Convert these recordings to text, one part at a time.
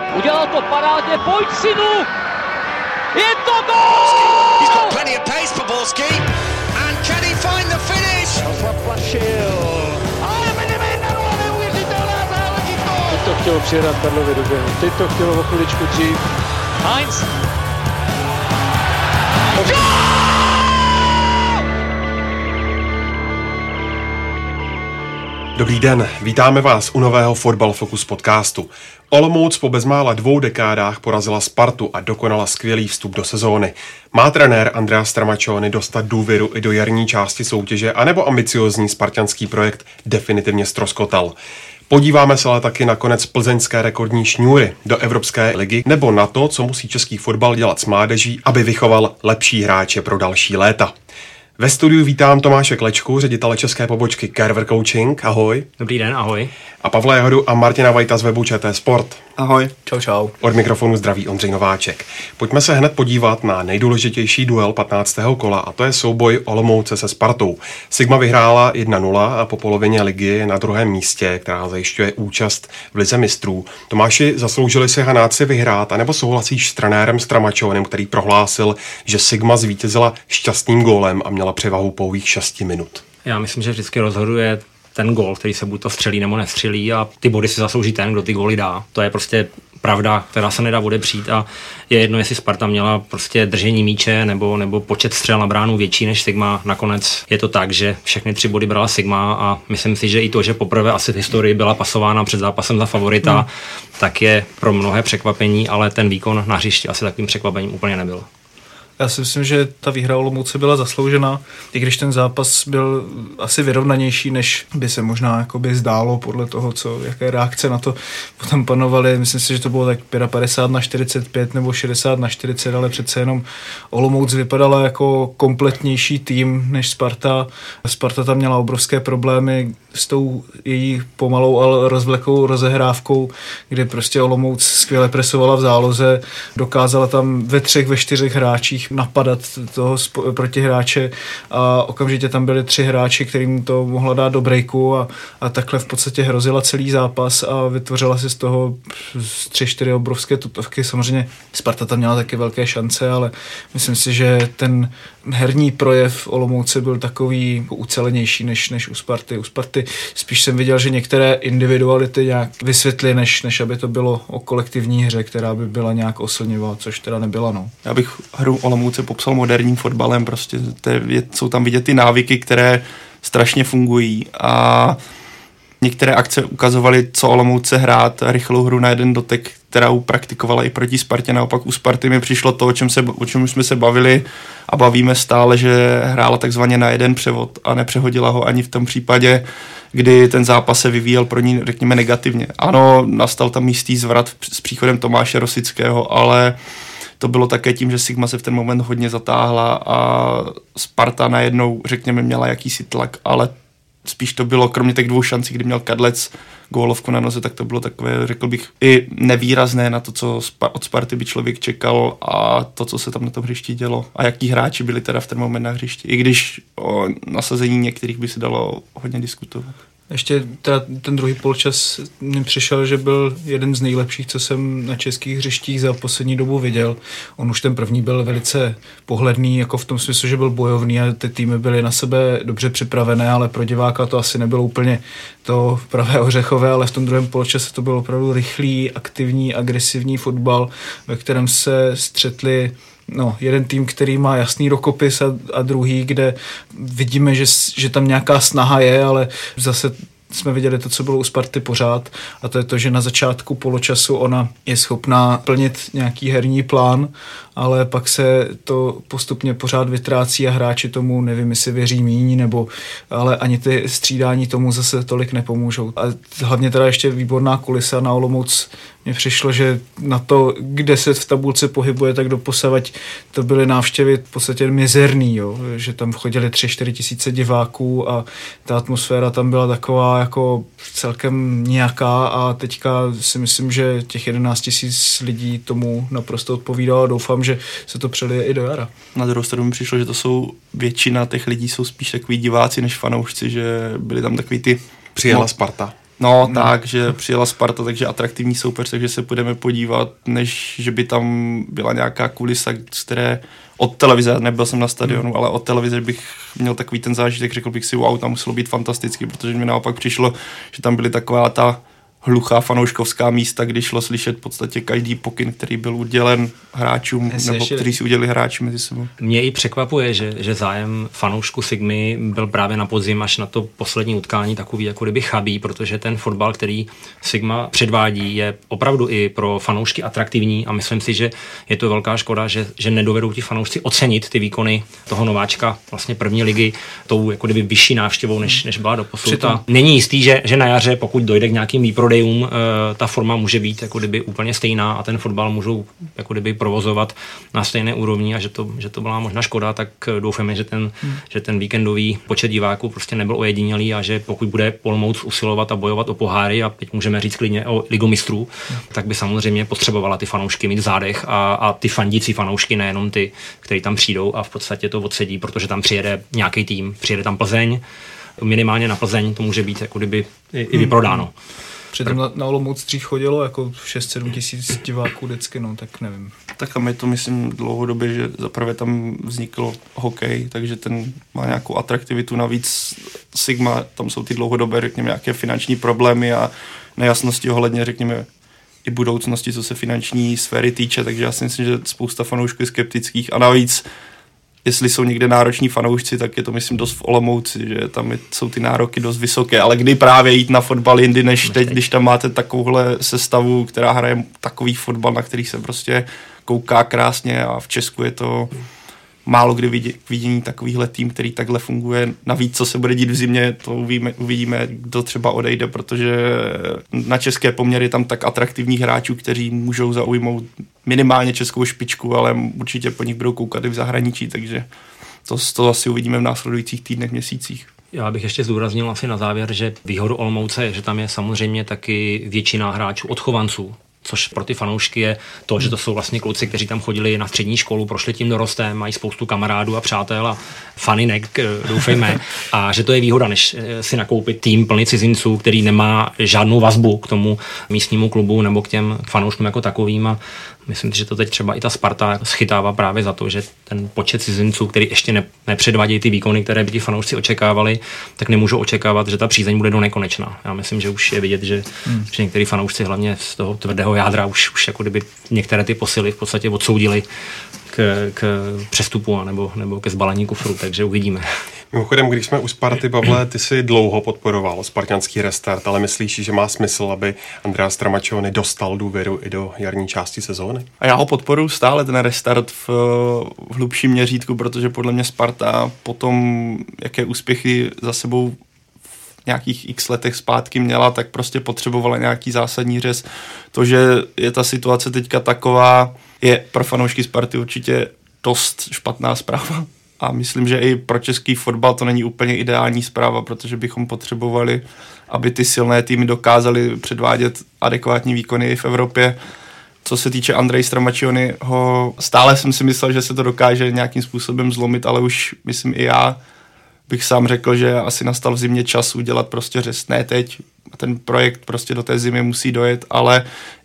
Udělal to parádně, pojď synu! Je to gól! He's got plenty of pace for Borski. And can he find the finish? Zaplašil. Ale vedeme 1-0, neuvěřitelná záležitost! Teď to chtělo přihrát Karlovi do běhu, teď to chtělo o chviličku dřív. Heinz! Dobrý den, vítáme vás u nového Fotbal Focus podcastu. Olomouc po bezmála 2 dekádách porazila Spartu a dokonala skvělý vstup do sezóny. Má trenér Andrea Stramaccioni dostat důvěru i do jarní části soutěže, anebo ambiciózní spartanský projekt definitivně ztroskotal? Podíváme se ale taky na konec plzeňské rekordní šňůry do Evropské ligy, nebo na to, co musí český fotbal dělat s mládeží, aby vychoval lepší hráče pro další léta. Ve studiu vítám Tomáše Klečku, ředitele české pobočky Carver Coaching. Ahoj. Dobrý den, ahoj. A Pavla Jahodu a Martina Vajta z webu ČT Sport. Ahoj. Čau. Od mikrofonu zdraví Ondřej Nováček. Pojďme se hned podívat na nejdůležitější duel 15. kola, a to je souboj Olomouce se Spartou. Sigma vyhrála 1-0 a po polovině ligy je na druhém místě, která zajišťuje účast v lize mistrů. Tomáši, zasloužili si Hanáci vyhrát, anebo souhlasíš s trenérem Stramaccionem, který prohlásil, že Sigma zvítězila šťastným gólem a měla převahu pouhých 6 minut? Já myslím, že vždycky rozhoduje ten gól, který se buď to střelí nebo nestřelí, a ty body si zaslouží ten, kdo ty góly dá. To je prostě pravda, která se nedá odepřít, a je jedno, jestli Sparta měla prostě držení míče nebo počet střel na bránu větší než Sigma. Nakonec je to tak, že všechny 3 body brala Sigma, a myslím si, že i to, že poprvé asi v historii byla pasována před zápasem za favorita, tak je pro mnohé překvapení, ale ten výkon na hřišti asi takovým překvapením úplně nebyl. Já si myslím, že ta výhra Olomouce byla zasloužená, i když ten zápas byl asi vyrovnanější, než by se možná jakoby zdálo podle toho, jaké reakce na to potom panovaly. Myslím si, že to bylo tak 55-45 nebo 60-40, ale přece jenom Olomouc vypadala jako kompletnější tým než Sparta. Sparta tam měla obrovské problémy s tou její pomalou, ale rozvlekou rozehrávkou, kde prostě Olomouc skvěle presovala v záloze, dokázala tam ve 3, ve 4 hráčích napadat toho protihráče, a okamžitě tam byli 3 hráči, kterým to mohla dát do breaku, a takhle v podstatě hrozila celý zápas a vytvořila si z toho 3-4 obrovské tutovky. Samozřejmě Sparta tam měla taky velké šance, ale myslím si, že ten herní projev Olomouce byl takový ucelenější než u Sparty. U Sparty spíš jsem viděl, že některé individuality nějak vysvětly, než aby to bylo o kolektivní hře, která by byla nějak oslnivá, což teda nebyla. No. Já bych hru Olomouce popsal moderním fotbalem, prostě jsou tam vidět ty návyky, které strašně fungují, a některé akce ukazovaly, co Olomouce hrát, rychlou hru na jeden dotek, kterou praktikovala i proti Spartě. Naopak u Sparty mi přišlo to, o čem jsme se bavili a bavíme stále, že hrála takzvaně na jeden převod a nepřehodila ho ani v tom případě, kdy ten zápas se vyvíjel pro ní, řekněme, negativně. Ano, nastal tam jistý zvrat s příchodem Tomáše Rosického, ale to bylo také tím, že Sigma se v ten moment hodně zatáhla a Sparta najednou, řekněme, měla jakýsi tlak, ale spíš to bylo, kromě těch 2 šancí, kdy měl Kadlec gólovku na noze, tak to bylo takové, řekl bych, i nevýrazné na to, co od Sparty by člověk čekal, a to, co se tam na tom hřišti dělo a jaký hráči byli teda v ten moment na hřišti. I když o nasazení některých by se dalo hodně diskutovat. Ještě ten druhý poločas mi přišel, že byl jeden z nejlepších, co jsem na českých hřištích za poslední dobu viděl. On už ten první byl velice pohledný, jako v tom smyslu, že byl bojovný a ty týmy byly na sebe dobře připravené, ale pro diváka to asi nebylo úplně to pravé ořechové, ale v tom druhém poločase to byl opravdu rychlý, aktivní, agresivní fotbal, ve kterém se střetli jeden tým, který má jasný rukopis, a druhý, kde vidíme, že tam nějaká snaha je, ale zase jsme viděli to, co bylo u Sparty pořád, a to je to, že na začátku poločasu ona je schopná plnit nějaký herní plán, ale pak se to postupně pořád vytrácí a hráči tomu, nevím, jestli věří míň, ale ani ty střídání tomu zase tolik nepomůžou. A hlavně teda ještě výborná kulisa na Olomouc. Mně přišlo, že na to, kde se v tabulce pohybuje, tak doposavať to byly návštěvy v podstatě mizerný, jo? Že tam chodili 3-4 tisíce diváků a ta atmosféra tam byla taková jako celkem nějaká, a teďka si myslím, že těch 11 tisíc lidí tomu naprosto odpovídalo, a doufám, že se to přelije i do jara. Na druhou stranu mi přišlo, že většina těch lidí jsou spíš takový diváci než fanoušci, že byli tam takový ty... Přijela Sparta. No, tak, že přijela Sparta, takže atraktivní soupeř, takže se půjdeme podívat, než že by tam byla nějaká kulisa, z které od televize, nebyl jsem na stadionu, ale od televize bych měl takový ten zážitek, řekl bych si, wow, tam muselo být fantastický, protože mi naopak přišlo, že tam byly taková ta hluchá fanouškovská místa, kdy šlo slyšet v podstatě každý pokyn, který byl udělen hráčům, nebo který si udělali hráči mezi sebou. Mě i překvapuje, že zájem fanoušku Sigmy byl právě na podzim až na to poslední utkání takový jako kdyby chabý, protože ten fotbal, který Sigma předvádí, je opravdu i pro fanoušky atraktivní a myslím si, že je to velká škoda, že nedovedou ti fanoušci ocenit ty výkony toho nováčka vlastně první ligy tou jako kdyby vyšší návštěvou, než byla doposud. Není jistý, že na jaře, pokud dojde k nějakým výprodejům, ta forma může být jako kdyby úplně stejná a ten fotbal můžou jako kdyby provozovat na stejné úrovni a že to byla možná škoda, tak doufáme, že ten víkendový počet diváků prostě nebyl ojedinělý a že pokud bude Olomouc usilovat a bojovat o poháry a teď můžeme říct klidně o Ligu mistrů, tak by samozřejmě potřebovala ty fanoušky mít v zádech a ty fandící fanoušky, nejenom ty, kteří tam přijdou a v podstatě to odsedí, protože tam přijede nějaký tým, přijede tam Plzeň, minimálně na Plzeň to může být jako kdyby i vyprodáno. Předtím na Olomouc dřív chodilo jako 6-7 tisíc diváků vždycky, no tak nevím. Tak a my to myslím dlouhodobě, že zaprvé tam vznikl hokej, takže ten má nějakou atraktivitu, navíc Sigma, tam jsou ty dlouhodobé, řekněme, nějaké finanční problémy a nejasnosti ohledně, řekněme, i budoucnosti, co se finanční sféry týče, takže já si myslím, že spousta fanoušků je skeptických a navíc jestli jsou někde nároční fanoušci, tak je to myslím dost v Olomouci, že tam jsou ty nároky dost vysoké, ale kdy právě jít na fotbal jindy než teď, když tam máte takovouhle sestavu, která hraje takový fotbal, na který se prostě kouká krásně a v Česku je to málo kdy vidění takovýhle tým, který takhle funguje. Navíc, co se bude dít v zimě, to uvidíme, kdo třeba odejde, protože na české poměry tam tak atraktivních hráčů, kteří můžou zaujmout minimálně českou špičku, ale určitě po nich budou koukat i v zahraničí, takže to asi uvidíme v následujících týdnech, měsících. Já bych ještě zdůraznil asi na závěr, že výhodu Olomouce je, že tam je samozřejmě taky většina hráčů odchovanců, což pro ty fanoušky je to, že to jsou vlastně kluci, kteří tam chodili na střední školu, prošli tím dorostem, mají spoustu kamarádů a přátel a faninek, doufejme, a že to je výhoda, než si nakoupit tým plný cizinců, který nemá žádnou vazbu k tomu místnímu klubu nebo k těm fanouškům jako takovým a myslím, že to teď třeba i ta Sparta schytává právě za to, že ten počet cizinců, který ještě nepředvádějí ty výkony, které by ti fanoušci očekávali, tak nemůžou očekávat, že ta přízeň bude do nekonečna. Já myslím, že už je vidět, že někteří fanoušci hlavně z toho tvrdého jádra už jako kdyby některé ty posily v podstatě odsoudili k přestupu nebo ke zbalení kufru, takže uvidíme. Mimochodem, když jsme u Sparty, Pavle, ty si dlouho podporoval spartanský restart, ale myslíš, že má smysl, aby Andrea Stramaccioni dostal důvěru i do jarní části sezóny? A já ho podporuji stále, ten restart v hlubším měřítku, protože podle mě Sparta potom, jaké úspěchy za sebou v nějakých x letech zpátky měla, tak prostě potřebovala nějaký zásadní řez. To, že je ta situace teďka taková, je pro fanoušky Sparty určitě dost špatná zpráva. A myslím, že i pro český fotbal to není úplně ideální zpráva, protože bychom potřebovali, aby ty silné týmy dokázaly předvádět adekvátní výkony i v Evropě. Co se týče Andreje Stramaccioniho, stále jsem si myslel, že se to dokáže nějakým způsobem zlomit, ale už myslím i já bych sám řekl, že asi nastal v zimě čas udělat prostě řez. Ne teď, ten projekt prostě do té zimy musí dojet, ale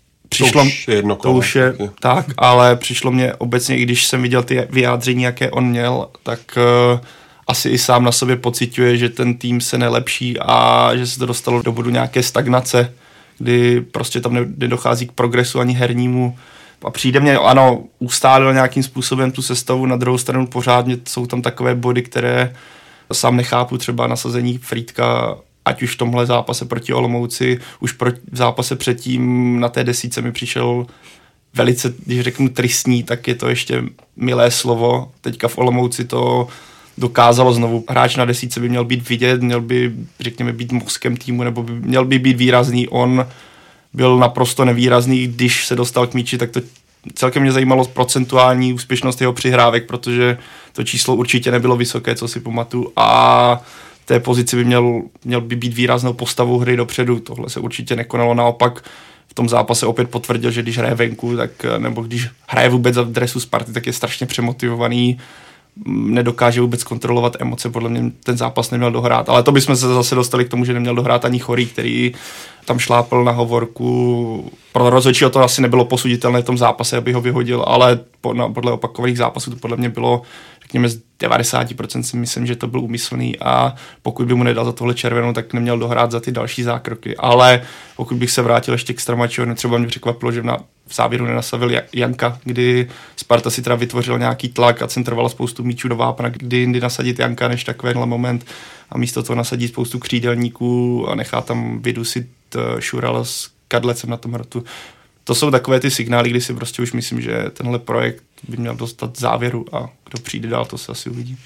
to už je tak, ale přišlo mě obecně, i když jsem viděl ty vyjádření, jaké on měl, tak asi i sám na sobě pociťuje, že ten tým se nelepší a že se to dostalo do bodu nějaké stagnace, kdy prostě tam nedochází k progresu ani hernímu. A přijde mě, ano, ustálil nějakým způsobem tu sestavu, na druhou stranu pořádně jsou tam takové body, které sám nechápu, třeba nasazení Frýdka, ať už v tomhle zápase proti Olomouci, už v zápase předtím na té desítce mi přišel velice, když řeknu tristní, tak je to ještě milé slovo. Teďka v Olomouci to dokázalo znovu. Hráč na desítce by měl být vidět, měl by, řekněme, být mozkem týmu, nebo měl by být výrazný. On byl naprosto nevýrazný, když se dostal k míči, tak to celkem mě zajímalo procentuální úspěšnost jeho přihrávek, protože to číslo určitě nebylo vysoké, co si pamatuju, a té pozici by měl by být výraznou postavou hry dopředu. Tohle se určitě nekonalo, naopak v tom zápase opět potvrdil, že když hraje venku, tak, nebo když hraje vůbec v dresu Sparty, tak je strašně přemotivovaný. nedokáže vůbec kontrolovat emoce, podle mě ten zápas neměl dohrát. Ale to bychom se zase dostali k tomu, že neměl dohrát ani Chorý, který tam šlápl na hovorku. Pro rozhodčího to asi nebylo posuditelné v tom zápase, aby ho vyhodil, ale podle opakovaných zápasů to podle mě bylo, řekněme, z 90% si myslím, že to byl úmyslný a pokud by mu nedal za tohle červenou, tak neměl dohrát za ty další zákroky. Ale pokud bych se vrátil ještě k Stramačovi, třeba mě překvapilo, že v závěru nenastavil Janka, kdy Sparta si teda vytvořil nějaký tlak a centrovala spoustu míčů do vápna, kdy jindy nasadit Janka než takovýhle moment a místo toho nasadí spoustu křídelníků a nechá tam vydusit Šurala s Kadlecem na tom hrotu. To jsou takové ty signály, kdy si prostě už myslím, že tenhle projekt by měl dostat závěru a kdo přijde dál, to se asi uvidí.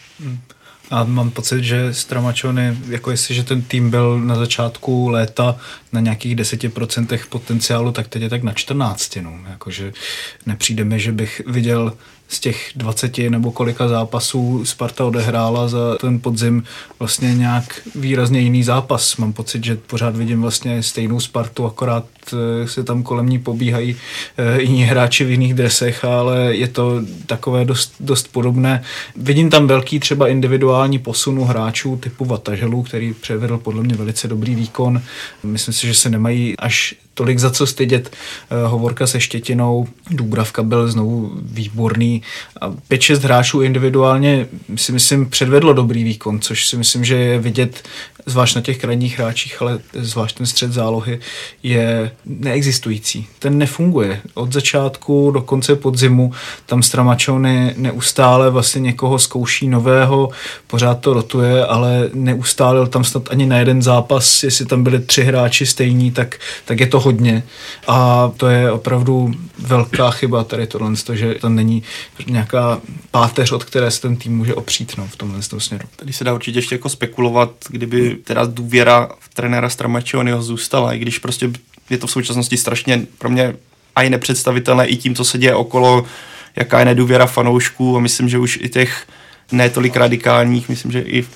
A mám pocit, že Stramačony, jako jestliže ten tým byl na začátku léta na nějakých 10% potenciálu, tak teď je tak na 14. No. Jakože nepřijde mi, že bych viděl z těch 20 nebo kolika zápasů Sparta odehrála za ten podzim vlastně nějak výrazně jiný zápas. Mám pocit, že pořád vidím vlastně stejnou Spartu, akorát se tam kolem ní pobíhají jiní hráči v jiných dresech, ale je to takové dost podobné. Vidím tam velký třeba individuální posun hráčů typu Vataželu, který převedl podle mě velice dobrý výkon. Myslím si, že se nemají až tolik za co stydět. Hovorka se Štětinou, Dúbravka byl znovu výborný. 5-6 hráčů individuálně si myslím předvedlo dobrý výkon, což si myslím, že je vidět zvlášť na těch krajních hráčích, ale zvlášť ten střed zálohy je neexistující. Ten nefunguje. Od začátku do konce podzimu tam Stramačony neustále vlastně někoho zkouší nového, pořád to rotuje, ale neustálil tam snad ani na jeden zápas, jestli tam byli 3 hráči stejní, tak je to hodně. A to je opravdu velká chyba tady tohle, že to není nějaká páteř, od které se ten tým může opřít v tomhle směru. Tady se dá určitě ještě jako spekulovat, kdyby teda důvěra v trenéra Stramačonyho zůstala, i když prostě je to v současnosti strašně pro mě i nepředstavitelné i tím, co se děje okolo, jaká je nedůvěra fanoušků a myslím, že už i těch netolik radikálních, myslím, že i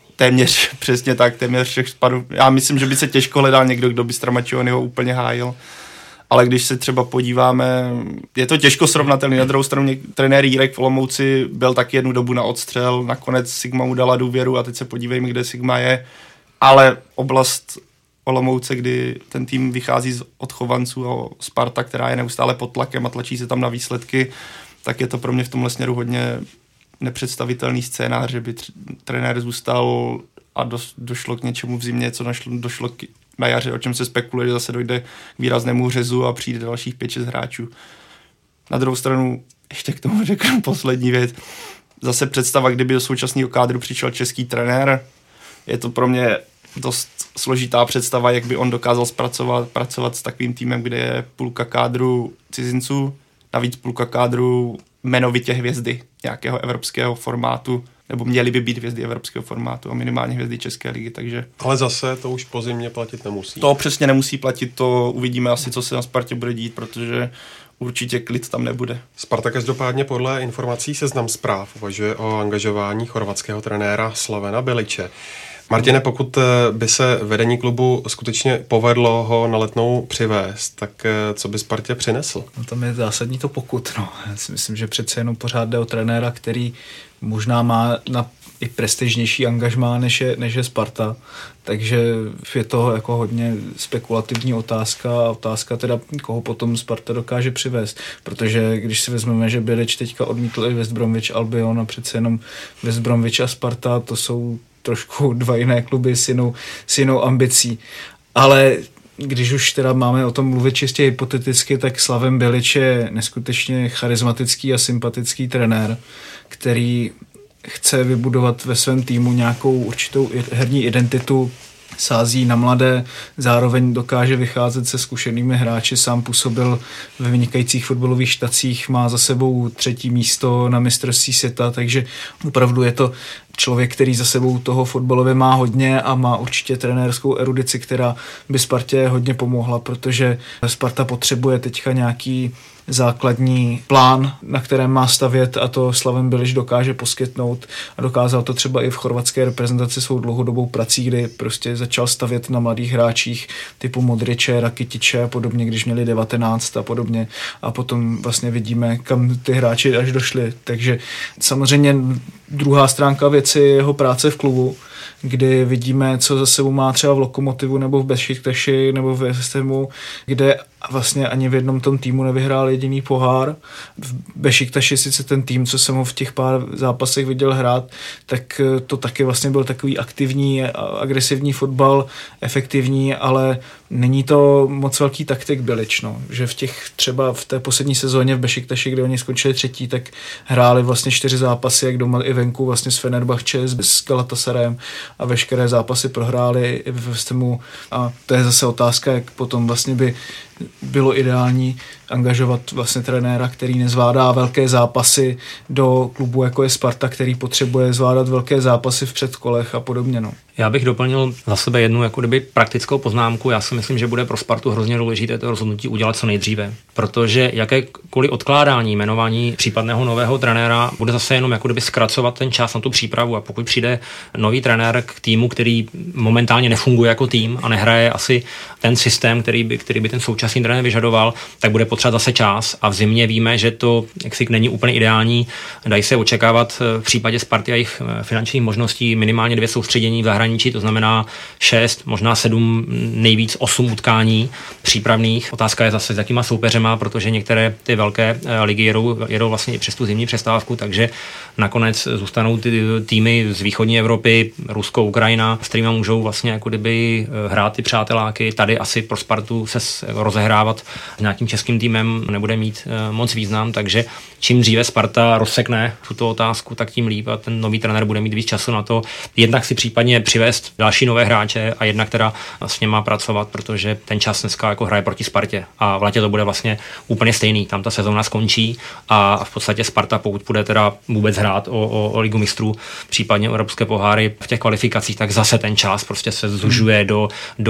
téměř přesně tak, téměř všech spadů. Já myslím, že by se těžko hledal někdo, kdo by Stramačonyho úplně hájil. Ale když se třeba podíváme, je to těžko srovnatelný. Na druhou stranu trenér Jirek v Olomouci byl taky jednu dobu na odstřel, nakonec Sigma mu dala důvěru a teď se podívejme, kde Sigma je. Ale oblast Olomouce, kdy ten tým vychází z odchovanců a Sparta, která je neustále pod tlakem a tlačí se tam na výsledky, tak je to pro mě v tomhle směru hodně nepředstavitelný scénář, že by trenér zůstal a došlo k něčemu v zimě, co došlo na jaře, o čem se spekuluje, že zase dojde k výraznému řezu a přijde dalších 5-6 hráčů. Na druhou stranu, ještě k tomu řeknu poslední věc, zase představa, kdyby do současného kádru přišel český trenér, je to pro mě dost složitá představa, jak by on dokázal pracovat s takovým týmem, kde je půlka kádru cizinců, navíc půlka kádru jmenovitě hvězdy nějakého evropského formátu, nebo měly by být hvězdy evropského formátu a minimálně hvězdy České ligy, takže... Ale zase to už po zimě platit nemusí. To přesně nemusí platit, to uvidíme asi, co se na Spartě bude dít, protože určitě klid tam nebude. Sparta každopádně podle informací Seznam Zpráv uvažuje o angažování chorvatského trenéra Slavena Biliče. Martine, pokud by se vedení klubu skutečně povedlo ho na Letnou přivést, tak co by Spartě přinesl? No tam je zásadní to pokud. No. Já si myslím, že přece jenom pořád jde o trenéra, který možná má i prestižnější angažmá, než je Sparta. Takže je to jako hodně spekulativní otázka teda, koho potom Sparta dokáže přivést. Protože když si vezmeme, že Bilič teďka odmítl i West Bromwich Albion a přece jenom West Bromwich a Sparta, to jsou trošku 2 jiné kluby s jinou ambicí. Ale když už teda máme o tom mluvit čistě hypoteticky, tak Slaven Bilič je neskutečně charismatický a sympatický trenér, který chce vybudovat ve svém týmu nějakou určitou herní identitu, sází na mladé, zároveň dokáže vycházet se zkušenými hráči, sám působil ve vynikajících fotbalových štacích, má za sebou 3. místo na mistrovství světa, takže opravdu je to člověk, který za sebou toho fotbalově má hodně a má určitě trenérskou erudici, která by Spartě hodně pomohla, protože Sparta potřebuje teďka nějaký základní plán, na kterém má stavět, a to Slaven Bilić dokáže poskytnout a dokázal to třeba i v chorvatské reprezentaci svou dlouhodobou prací, kdy prostě začal stavět na mladých hráčích typu Modriče, Rakitiče a podobně, když měli 19 a podobně, a potom vlastně vidíme, kam ty hráči až došli. Takže samozřejmě druhá stránka věci je jeho práce v klubu, kdy vidíme, co za sebou má třeba v Lokomotivu nebo v Bešiktaši nebo v West Hamu, kde vlastně ani v jednom tom týmu nevyhrál jediný pohár. V Bešiktaši sice ten tým, co jsem ho v těch pár zápasech viděl hrát, tak to taky vlastně byl takový aktivní, agresivní fotbal, efektivní, ale není to moc velký taktik Bilić, no. Že třeba v té poslední sezóně v Bešiktaši, kde oni skončili 3., tak hráli vlastně 4 zápasy, jak doma i venku, vlastně s Fenerbahce, s Galatasarayem, a veškeré zápasy prohráli i v West Hamu. A to je zase otázka, jak potom vlastně by bylo ideální angažovat vlastně trenéra, který nezvládá velké zápasy, do klubu jako je Sparta, který potřebuje zvládat velké zápasy v předkolech a podobně. No. Já bych doplnil za sebe jednu jako kdyby praktickou poznámku. Já si myslím, že bude pro Spartu hrozně důležité to rozhodnutí udělat co nejdříve, protože jakékoliv odkládání jmenování případného nového trenéra bude zase jenom jako kdyby zkracovat ten čas na tu přípravu, a pokud přijde nový trenér k týmu, který momentálně nefunguje jako tým a nehraje asi ten systém, který by ten současný trenér vyžadoval, tak bude potřebovat zase čas, a v zimě víme, že to jaksi není úplně ideální. Dají se očekávat v případě Sparty a jejich finančních možností minimálně 2 soustředění v zahraničí, to znamená 6, možná 7, nejvíc 8 utkání přípravných. Otázka je zase s jakýma soupeřema, protože některé ty velké ligy jedou vlastně i přes tu zimní přestávku, takže nakonec zůstanou ty týmy z východní Evropy, Rusko, Ukrajina, s kterými můžou vlastně jako kdyby hrát ty přáteláky. Tady asi pro Spartu se rozehrávat s nějakým českým týmem nebude mít moc význam, takže čím dříve Sparta rozsekne tuto otázku, tak tím líp, a ten nový trenér bude mít víc času na to, jednak si případně přivést další nové hráče a jednak teda s něma pracovat, protože ten čas dneska jako hraje proti Spartě a v létě to bude vlastně úplně stejný. Tam ta sezóna skončí a v podstatě Sparta, pokud bude teda vůbec hrát o Ligu mistrů, případně o evropské poháry v těch kvalifikacích, tak zase ten čas prostě se zužuje do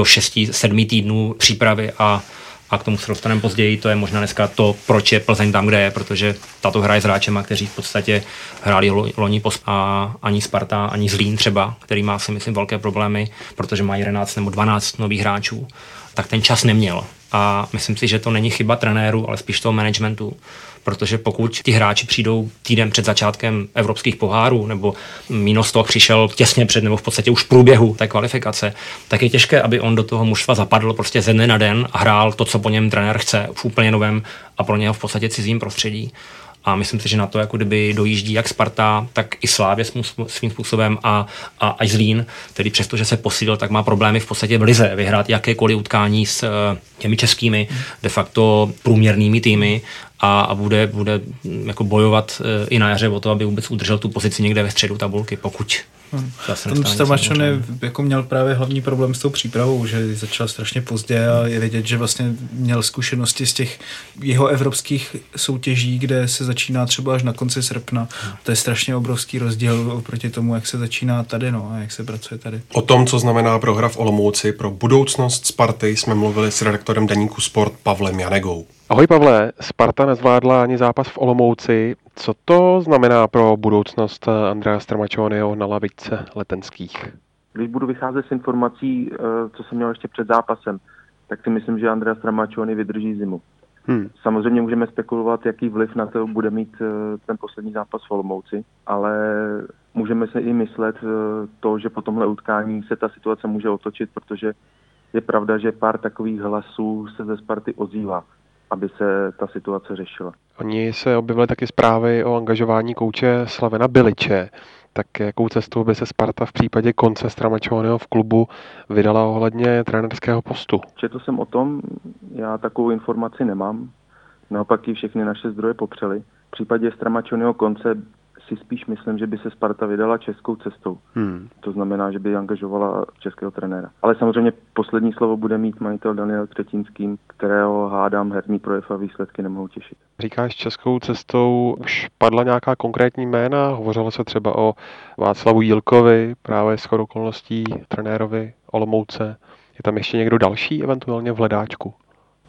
6-7 týdnů přípravy, a k tomu se dostaneme později. To je možná dneska to, proč je Plzeň tam, kde je, protože tato hra je s hráčema, kteří v podstatě hráli loni a ani Sparta, ani Zlín třeba, který má si myslím velké problémy, protože má 11 nebo 12 nových hráčů, tak ten čas neměl. A myslím si, že to není chyba trenéru, ale spíš toho managementu. Protože pokud ti hráči přijdou týden před začátkem evropských pohárů, nebo Minostok přišel těsně před, nebo v podstatě už v průběhu té kvalifikace, tak je těžké, aby on do toho mužstva zapadl prostě ze dne na den a hrál to, co po něm trenér chce, v úplně novém a pro něho v podstatě cizím prostředí. A myslím si, že na to jako kdyby dojíždí jak Sparta, tak i Slavia svým způsobem a Zlín, který přestože se posílil, tak má problémy v podstatě v lize vyhrát jakékoliv utkání s těmi českými de facto průměrnými týmy a bude jako bojovat i na jaře o to, aby vůbec udržel tu pozici někde ve středu tabulky, pokud Ten Stamačon jako měl právě hlavní problém s tou přípravou, že začal strašně pozdě a je vidět, že vlastně měl zkušenosti z těch jeho evropských soutěží, kde se začíná třeba až na konci srpna. To je strašně obrovský rozdíl oproti tomu, jak se začíná tady, a jak se pracuje tady. O tom, co znamená prohra v Olomouci pro budoucnost Sparty, jsme mluvili s redaktorem deníku Sport Pavlem Janegou. Ahoj Pavle, Sparta nezvládla ani zápas v Olomouci. Co to znamená pro budoucnost Andrea Stramaccioniho na lavičce Letenských? Když budu vycházet z informací, co jsem měl ještě před zápasem, tak si myslím, že Andrea Stramaccioni vydrží zimu. Samozřejmě můžeme spekulovat, jaký vliv na to bude mít ten poslední zápas v Olomouci, ale můžeme se i myslet to, že po tomhle utkání se ta situace může otočit, protože je pravda, že pár takových hlasů se ze Sparty ozývá, aby se ta situace řešila. Oni se objevily taky zprávy o angažování kouče Slavena Biliće. Tak jakou cestou by se Sparta v případě konce Stramaccioniho v klubu vydala ohledně trenérského postu? Četl jsem o tom, já takovou informaci nemám. Naopak ji všechny naše zdroje popřely. V případě Stramaccioniho konce si spíš myslím, že by se Sparta vydala českou cestou. To znamená, že by angažovala českého trenéra. Ale samozřejmě poslední slovo bude mít majitel Daniel Třetínský, kterého hádám herní projev a výsledky nemohou těšit. Říkáš českou cestou, už padla nějaká konkrétní jména? Hovořilo se třeba o Václavu Jílkovi, právě shodou okolností trenérovi Olomouce. Je tam ještě někdo další eventuálně v hledáčku?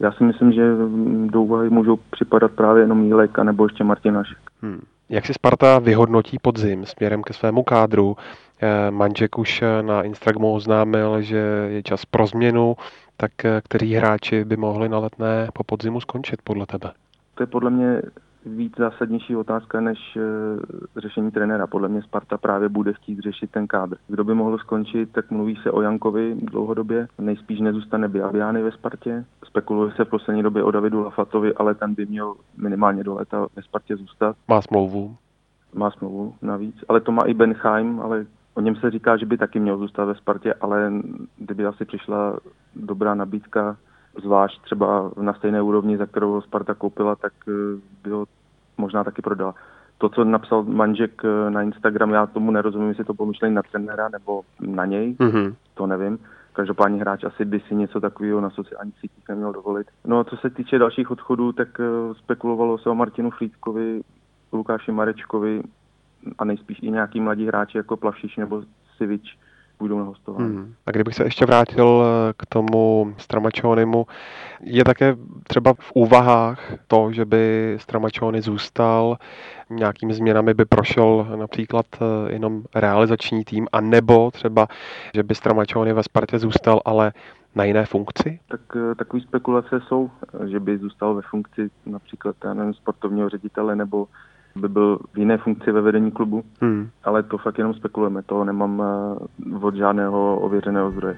Já si myslím, že do úvahy můžou připadat právě jenom Jílek a nebo ještě Martin Hašek. Jak si Sparta vyhodnotí podzim směrem ke svému kádru? Mandžek už na Instagramu oznámil, že je čas pro změnu, tak kteří hráči by mohli na Letné po podzimu skončit podle tebe? To je podle mě víc zásadnější otázka než řešení trenéra. Podle mě Sparta právě bude chtít řešit ten kádr. Kdo by mohl skončit, tak mluví se o Jankovi dlouhodobě. Nejspíš nezůstane Biabiany ve Spartě. Spekuluje se v poslední době o Davidu Lafatovi, ale ten by měl minimálně do léta ve Spartě zůstat. Má smlouvu navíc, ale to má i Benheim, ale o něm se říká, že by taky měl zůstat ve Spartě, ale kdyby asi přišla dobrá nabídka, zvlášť třeba na stejné úrovni, za kterou Sparta koupila, tak by ho možná taky prodala. To, co napsal Mandžek na Instagram, já tomu nerozumím, jestli to pomyšlení na trenéra nebo na něj, to nevím. Každopádně hráč asi by si něco takového na sociálních sítích neměl dovolit. No a co se týče dalších odchodů, tak spekulovalo se o Martinu Flídkovi, Lukáši Marečkovi a nejspíš i nějaký mladí hráči jako Plavšič nebo Sivič budou na hostování. A kdybych se ještě vrátil k tomu Stramačonimu, je také třeba v úvahách to, že by Stramačony zůstal, nějakými změnami by prošel například jenom realizační tým, a nebo třeba, že by Stramačony ve Spartě zůstal, ale na jiné funkci? Tak takové spekulace jsou, že by zůstal ve funkci například sportovního ředitele nebo by byl v jiné funkci ve vedení klubu, ale to fakt jenom spekulujeme, to nemám od žádného ověřeného zdroje.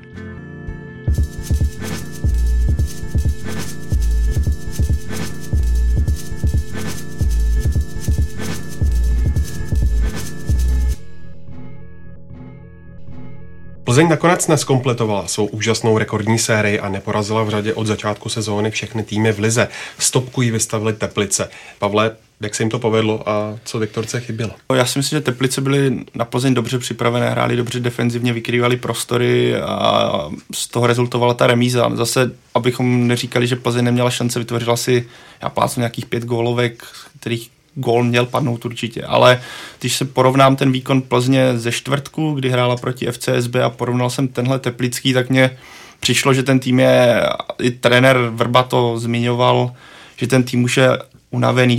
Plzeň nakonec neskompletovala svou úžasnou rekordní sérii a neporazila v řadě od začátku sezóny všechny týmy v lize. Stopku jí vystavili Teplice. Pavle, jak se jim to povedlo a co Viktorce chybělo? Já si myslím, že Teplice byly na Plzeň dobře připravené, hráli dobře defenzivně, vykrývali prostory a z toho rezultovala ta remíza. Zase, abychom neříkali, že Plzeň neměla šance, vytvořila si, já plácnu nějakých 5 gólovek, kterých gól měl padnout určitě, ale když se porovnám ten výkon Plzně ze čtvrtku, kdy hrála proti FCSB a porovnal jsem tenhle teplický, tak mně přišlo, že ten tým je, i trenér Vrba to zmiňoval, že ten tým už je unavený,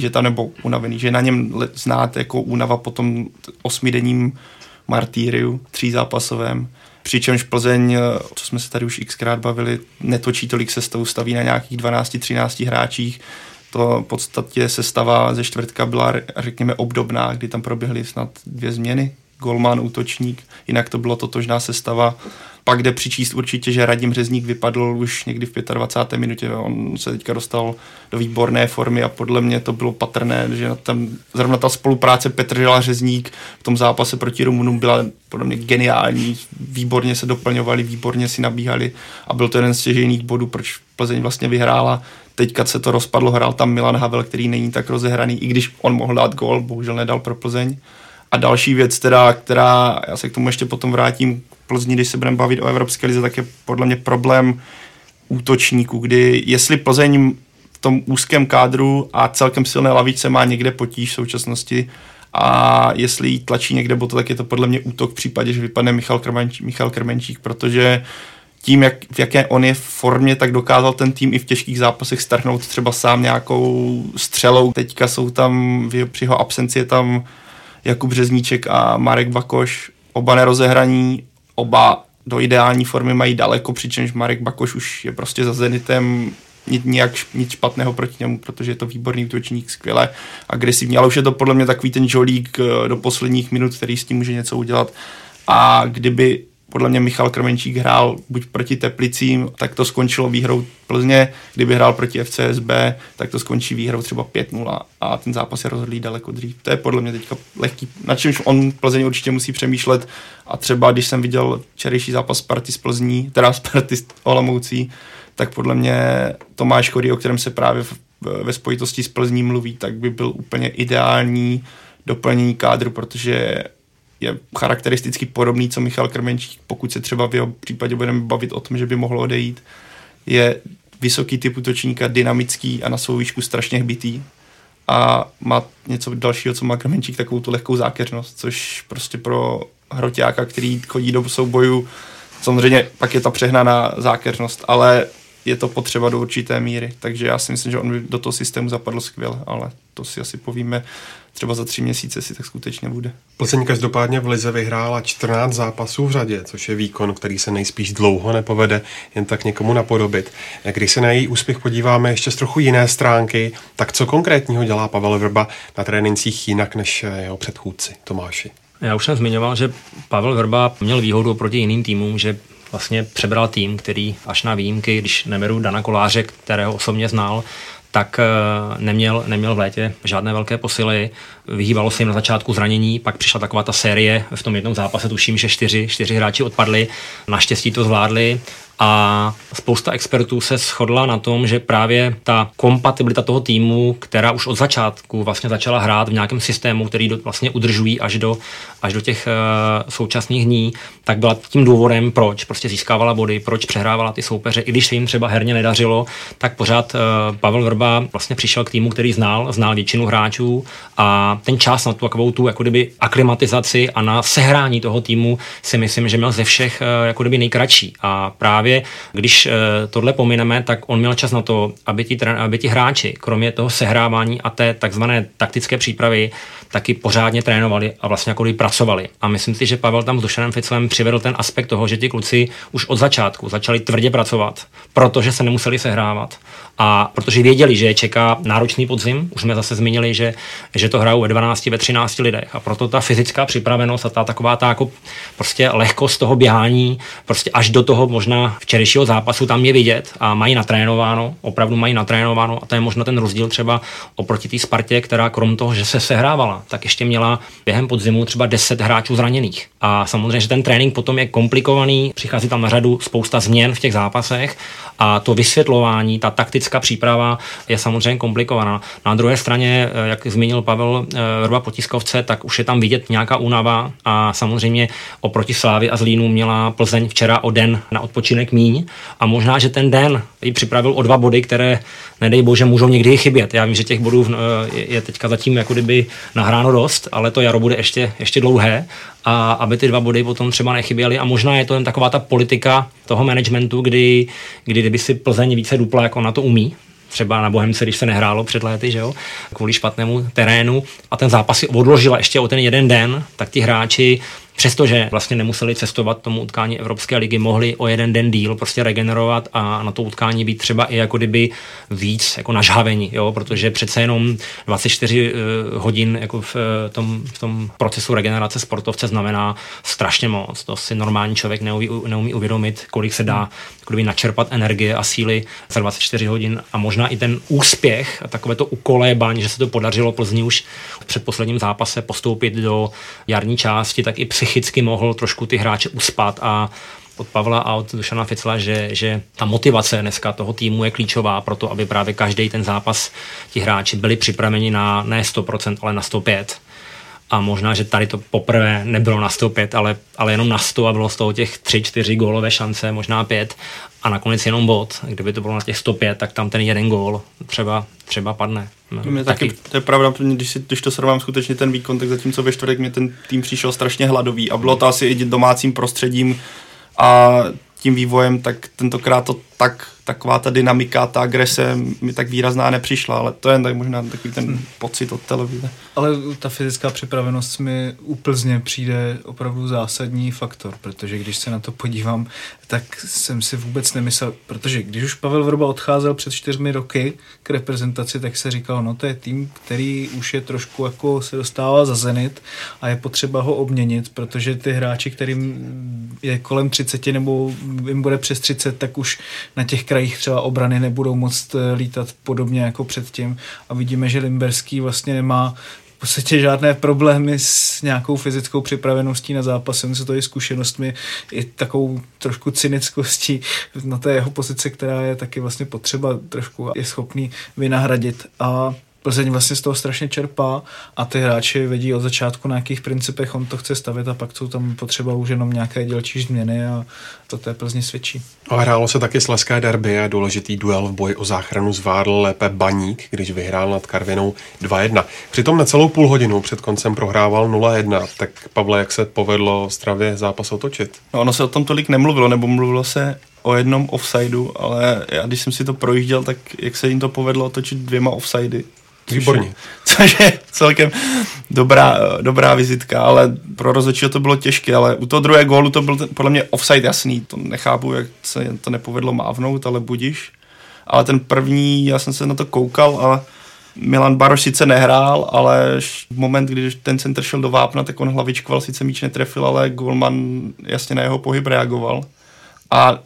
že na něm znát jako únava po tom 8denním martýriu, 3zápasovém. Přičemž Plzeň, co jsme se tady už xkrát bavili, netočí tolik sestavu, staví na nějakých 12-13 hráčích. To v podstatě sestava ze čtvrtka byla, řekněme, obdobná, kdy tam proběhly snad 2 změny, golman, útočník, jinak to bylo totožná sestava. Pak jde přičíst určitě, že Radim Řezník vypadl už někdy v 25. minutě, on se teďka dostal do výborné formy a podle mě to bylo patrné, že tam zrovna ta spolupráce Petržela Řezník v tom zápase proti Rumunům byla podle mě geniální, výborně se doplňovali, výborně si nabíhali a byl to jeden z stěžejných bodů, proč Plzeň vlastně vyhrála. Teďka se to rozpadlo, hrál tam Milan Havel, který není tak rozehraný, i když on mohl dát gól, bohužel nedal pro Plzeň. A další věc teda, která, já se k tomu ještě potom vrátím k Plzni, když se budeme bavit o Evropské lize, tak je podle mě problém útočníků, kdy jestli Plzeň v tom úzkém kádru a celkem silné lavičce má někde potíž v současnosti a jestli jí tlačí někde boto, tak je to podle mě útok v případě, že vypadne Michal Krmenčík, protože tím, v jaké on je v formě, tak dokázal ten tým i v těžkých zápasech strhnout třeba sám nějakou střelou. Teďka jsou tam, při jeho absenci je tam Jakub Řezníček a Marek Bakoš, oba nerozehraní, oba do ideální formy mají daleko, přičemž Marek Bakoš už je prostě za Zenitem, nic špatného proti němu, protože je to výborný útočník, skvěle agresivní, ale už je to podle mě takový ten žolík do posledních minut, který s tím může něco udělat. A kdyby podle mě Michal Krmenčík hrál buď proti Teplicím, tak to skončilo výhrou Plzně, kdyby hrál proti FCSB, tak to skončí výhrou třeba 5-0 a ten zápas je rozhodlý daleko dřív. To je podle mě teďka lehký, na čemž on Plzeň určitě musí přemýšlet a třeba když jsem viděl včerejší zápas Sparty s Plzní, teda Sparty s Olomoucí, tak podle mě Tomáš Chorý, o kterém se právě ve spojitosti s Plzní mluví, tak by byl úplně ideální doplnění kádru, protože je charakteristicky podobný, co Michal Krmenčík, pokud se třeba v jeho případě budeme bavit o tom, že by mohlo odejít. Je vysoký typ útočníka, dynamický a na svou výšku strašně hbitý a má něco dalšího, co má Krmenčík, takovou tu lehkou zákeřnost, což prostě pro hroťáka, který chodí do soubojů, samozřejmě pak je ta přehnaná zákeřnost, ale je to potřeba do určité míry. Takže já si myslím, že on by do toho systému zapadl skvěle, ale to si asi povíme třeba za 3 měsíce, si tak skutečně bude. Plzeň každopádně v lize vyhrála 14 zápasů v řadě, což je výkon, který se nejspíš dlouho nepovede jen tak někomu napodobit. Když se na její úspěch podíváme ještě z trochu jiné stránky, tak co konkrétního dělá Pavel Vrba na trénincích jinak než jeho předchůdci? Tomáši. Já už jsem zmiňoval, že Pavel Vrba měl výhodu proti jiným týmům, že vlastně přebral tým, který až na výjimky, když neberu Dana Koláře, kterého osobně znal, tak neměl v létě žádné velké posily. Vyhýbalo se jim na začátku zranění, pak přišla taková ta série v tom jednom zápase, tuším, že 4 hráči odpadli, naštěstí to zvládli a spousta expertů se shodla na tom, že právě ta kompatibilita toho týmu, která už od začátku vlastně začala hrát v nějakém systému, který vlastně udržují až do těch současných dní, tak byla tím důvodem, proč prostě získávala body, proč přehrávala ty soupeře, i když se jim třeba herně nedařilo, tak pořád Pavel Vrba vlastně přišel k týmu, který znal většinu hráčů a ten čas na tu takovou tu jako kdyby aklimatizaci a na sehrání toho týmu si myslím, že měl ze všech jako kdyby nejkratší. A právě když tohle pomineme, tak on měl čas na to, aby ti hráči, kromě toho sehrávání a té takzvané taktické přípravy, taky pořádně trénovali a vlastně jako kdyby pracovali. A myslím si, že Pavel tam s Dušanem Ficlem přivedl ten aspekt toho, že ti kluci už od začátku začali tvrdě pracovat, protože se nemuseli sehrávat. A protože věděli, že je čeká náročný podzim, už jsme zase zmínili, že to hrajou ve 12, ve 13 lidech. A proto ta fyzická připravenost a ta taková ta jako prostě lehkost toho běhání, prostě až do toho možná včerejšího zápasu tam je vidět a mají natrénováno, opravdu mají natrénováno a to je možná ten rozdíl třeba oproti té Spartě, která krom toho, že se sehrávala, tak ještě měla během podzimu třeba 10 hráčů zraněných. A samozřejmě, že ten trénink potom je komplikovaný, přichází tam na řadu spousta změn v těch zápasech a to vysvětlování, ta taktická příprava je samozřejmě komplikovaná. Na druhé straně, jak zmínil Pavel Vrba po tiskovce, tak už je tam vidět nějaká únava a samozřejmě oproti Slávii a Zlínu měla Plzeň včera o den na odpočinek míň a možná, že ten den ji připravil o 2 body, které nedej bože můžou někdy chybět. Já vím, že těch bodů je teďka zatím jako kdyby nahráno dost, ale to jaro bude ještě dlouhé a aby ty 2 body potom třeba nechyběly a možná je to jen taková ta politika toho managementu, kdyby si Plzeň více dupla, jako na to umí. Třeba na Bohemce, když se nehrálo před léty, že jo, kvůli špatnému terénu a ten zápas si odložila ještě o ten jeden den, tak ti hráči, přestože vlastně nemuseli cestovat tomu utkání Evropské ligy, mohli o jeden den díl prostě regenerovat a na to utkání být třeba i jako kdyby víc jako nažhavení, jo, protože přece jenom 24 hodin jako v tom procesu regenerace sportovce znamená strašně moc. To si normální člověk neumí uvědomit, kolik se dá kdyby načerpat energie a síly za 24 hodin a možná i ten úspěch a takové to ukolébání, že se to podařilo Plzni už v předposledním zápase postoupit do jarní části, tak i psychicky mohl trošku ty hráče uspat a od Pavla a od Dušana Ficla, že ta motivace dneska toho týmu je klíčová pro to, aby právě každý ten zápas ti hráči byli připraveni na ne 100%, ale na 105%. A možná, že tady to poprvé nebylo na 105, ale jenom na 100 a bylo z toho těch 3-4 gólové šance, možná 5 a nakonec jenom bod. Kdyby to bylo na těch 105, tak tam ten jeden gól třeba padne. Taky, to je pravda, když to srovnám skutečně ten výkon, tak zatímco ve čtvrtek mě ten tým přišel strašně hladový a bylo to asi i domácím prostředím a tím vývojem, tak tentokrát to taková ta dynamika, ta agrese mi tak výrazná nepřišla, ale to je tak možná takový ten pocit od televize. Ale ta fyzická připravenost mi u Plzně přijde opravdu zásadní faktor, protože když se na to podívám, tak jsem si vůbec nemyslel, protože když už Pavel Vrba odcházel před 4 roky k reprezentaci, tak se říkalo, no to je tým, který už je trošku jako se dostává za Zenit a je potřeba ho obměnit, protože ty hráči, kterým je kolem 30 nebo jim bude přes 30, tak už na těch krajích třeba obrany nebudou moct lítat podobně jako předtím a vidíme, že Limberský vlastně nemá v podstatě žádné problémy s nějakou fyzickou připraveností na zápas, se to i zkušenostmi, i takovou trošku cynickostí na té jeho pozici, která je taky vlastně potřeba trošku je schopný vynahradit a Plzeň vlastně z toho strašně čerpá a ty hráči vědí od začátku, na jakých principech on to chce stavět a pak jsou tam potřeba už jenom nějaké dílčí změny a to té Plzni svědčí. A hrálo se taky slezské derby a důležitý duel v boji o záchranu zvládl lépe Baník, když vyhrál nad Karvinou 2-1. Přitom necelou půl hodinu před koncem prohrával 0-1. Tak Pavle, jak se povedlo Ostravě zápas otočit? No, ono se o tom tolik nemluvilo, nebo mluvilo se o jednom offsideu, ale já když jsem si to projížděl, tak jak se jim to povedlo otočit 2 offsidey. Výborně. Což je celkem dobrá vizitka, ale pro rozhodčího to bylo těžké, ale u toho druhého gólu to byl podle mě offside jasný, to nechápu, jak se to nepovedlo mávnout, ale budiš. Ale ten první, já jsem se na to koukal a Milan Baroš sice nehrál, ale v moment, kdy ten centr šel do vápna, tak on hlavičkoval, sice míč netrefil, ale golman jasně na jeho pohyb reagoval. A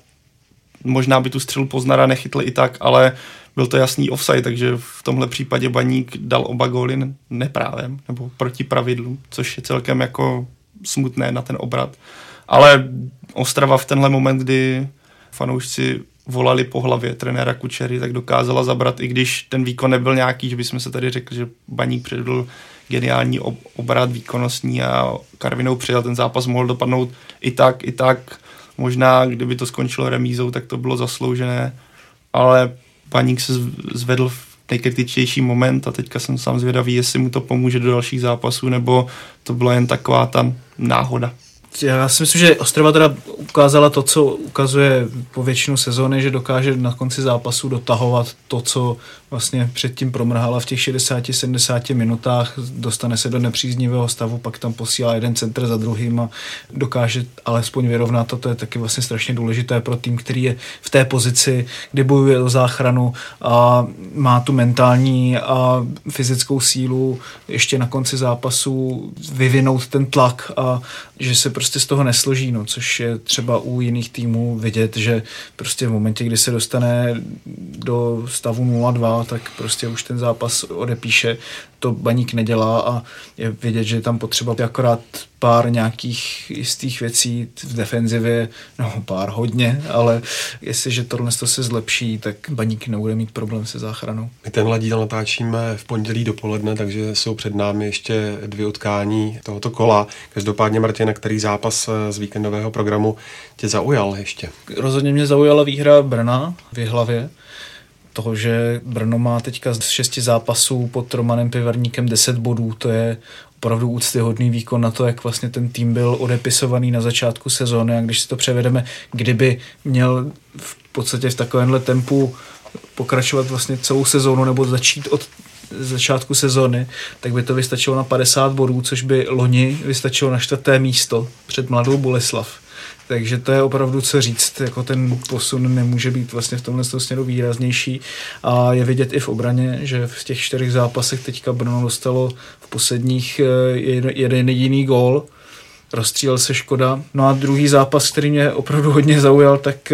možná by tu střelu Poznara nechytl i tak, ale byl to jasný offside, takže v tomhle případě Baník dal oba góly neprávem, nebo proti pravidlu, což je celkem jako smutné na ten obrat. Ale Ostrava v tenhle moment, kdy fanoušci volali po hlavě trenéra Kučery, tak dokázala zabrat, i když ten výkon nebyl nějaký, že bychom se tady řekli, že Baník předvedl geniální obrat výkonnostní a Karvinou přijel, ten zápas mohl dopadnout i tak. Možná, kdyby to skončilo remízou, tak to bylo zasloužené, ale Baník se zvedl v nejkritičtější moment a teďka jsem sám zvědavý, jestli mu to pomůže do dalších zápasů, nebo to byla jen taková ta náhoda. Já si myslím, že Ostrava teda ukázala to, co ukazuje po většinu sezóny, že dokáže na konci zápasu dotahovat to, co vlastně předtím promrhala v těch 60-70 minutách, dostane se do nepříznivého stavu, pak tam posílá jeden centr za druhým a dokáže alespoň vyrovnat. To je taky vlastně strašně důležité pro tým, který je v té pozici, kdy bojuje o záchranu a má tu mentální a fyzickou sílu ještě na konci zápasu vyvinout ten tlak a že se prostě z toho nesloží, no, což je třeba u jiných týmů vidět, že prostě v momentě, kdy se dostane do stavu 0-2, tak prostě už ten zápas odepíše. To Baník nedělá a je vidět, že je tam potřeba akorát pár nějakých jistých věcí v defenzivě, no pár hodně, ale jestliže tohle se zlepší, tak Baník nebude mít problém se záchranou. My tenhle díl natáčíme v pondělí dopoledne, takže jsou před námi ještě 2 utkání tohoto kola. Každopádně, Martina, který zápas z víkendového programu tě zaujal ještě? Rozhodně mě zaujala výhra Brna v Jihlavě. Toho, že Brno má teďka z 6 zápasů pod Romanem Pivarníkem 10 bodů, to je opravdu úctyhodný výkon na to, jak vlastně ten tým byl odepisovaný na začátku sezóny a když si to převedeme, kdyby měl v podstatě v takovémhle tempu pokračovat vlastně celou sezónu nebo začít od začátku sezóny, tak by to vystačilo na 50 bodů, což by loni vystačilo na 4. místo před Mladou Boleslav. Takže to je opravdu co říct, jako ten posun nemůže být vlastně v tomhle směru výraznější a je vidět i v obraně, že v těch 4 zápasech teďka Brno dostalo v posledních jeden jediný gól, rozstřílel se Škoda. No a druhý zápas, který mě opravdu hodně zaujal, tak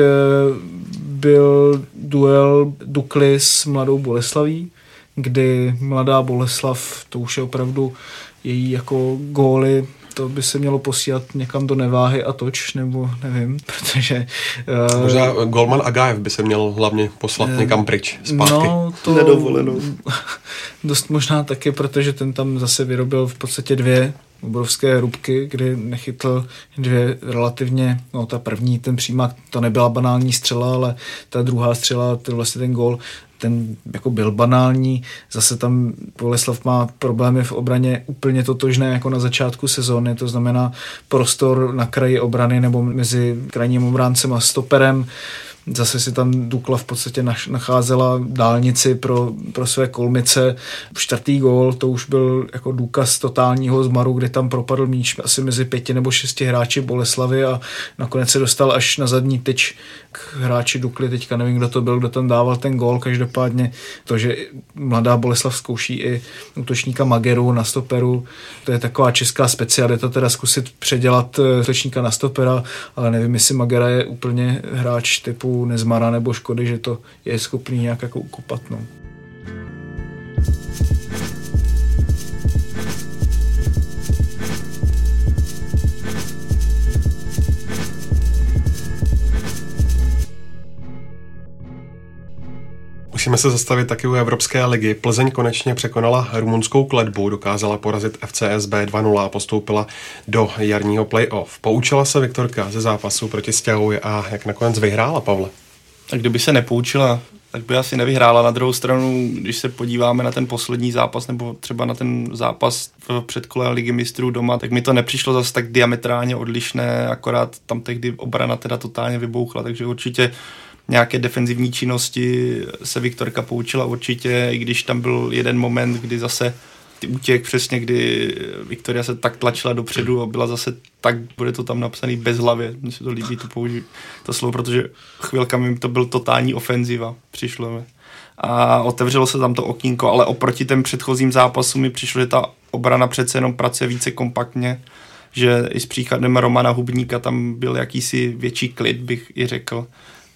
byl duel Dukly s Mladou Boleslaví, kdy Mladá Boleslav, to už je opravdu její jako góly, to by se mělo posílat někam do Neváhy a Toč, nebo nevím, protože... Možná golman Agájev by se měl hlavně poslat někam pryč, zpátky. No, to nedovoleno. Dost možná taky, protože ten tam zase vyrobil v podstatě 2 obrovské rubky, kdy nechytl 2 relativně, no ta první, ten přímák, to nebyla banální střela, ale ta druhá střela, vlastně ten gól, ten jako byl banální, zase tam Boleslav má problémy v obraně úplně totožné jako na začátku sezóny, to znamená prostor na kraji obrany nebo mezi krajním obráncem a stoperem. Zase si tam Dukla v podstatě nacházela dálnici pro své kolmice. 4. gól, to už byl jako důkaz totálního zmaru, kdy tam propadl míč asi mezi 5 nebo 6 hráči Boleslavy a nakonec se dostal až na zadní tyč k hráči Dukly. Teďka nevím, kdo to byl, kdo tam dával ten gól. Každopádně to, že Mladá Boleslav zkouší i útočníka Mageru na stoperu, to je taková česká specialita, teda zkusit předělat útočníka na stopera, ale nevím, jestli Magera je úplně hráč typu Nezmara nebo Škody, že to je schopný nějak jako ukopat. No. Musíme se zastavit taky u Evropské ligy. Plzeň konečně překonala rumunskou Kletbu, dokázala porazit FCSB 2-0 a postoupila do jarního play-off. Poučila se Viktorka ze zápasu proti Stěhovi a jak nakonec vyhrála, Pavle? A kdyby se nepoučila, tak by asi nevyhrála. Na druhou stranu, když se podíváme na ten poslední zápas nebo třeba na ten zápas v předkole Ligy mistrů doma, tak mi to nepřišlo zase tak diametrálně odlišné, akorát tam tehdy obrana teda totálně vybouchla, takže určitě nějaké defenzivní činnosti se Viktorka poučila určitě, i když tam byl jeden moment, kdy zase ty útěk přesně, kdy Viktoria se tak tlačila dopředu a byla zase tak, bude to tam napsaný bezhlavě, mně se to líbí to slovo, protože chvilkami to byl totální ofenziva, přišlo mi. A otevřelo se tam to okýnko, ale oproti těm předchozím zápasům mi přišlo, že ta obrana přece jenom pracuje více kompaktně, že i s příchodem Romana Hubníka tam byl jakýsi větší klid, bych i řekl.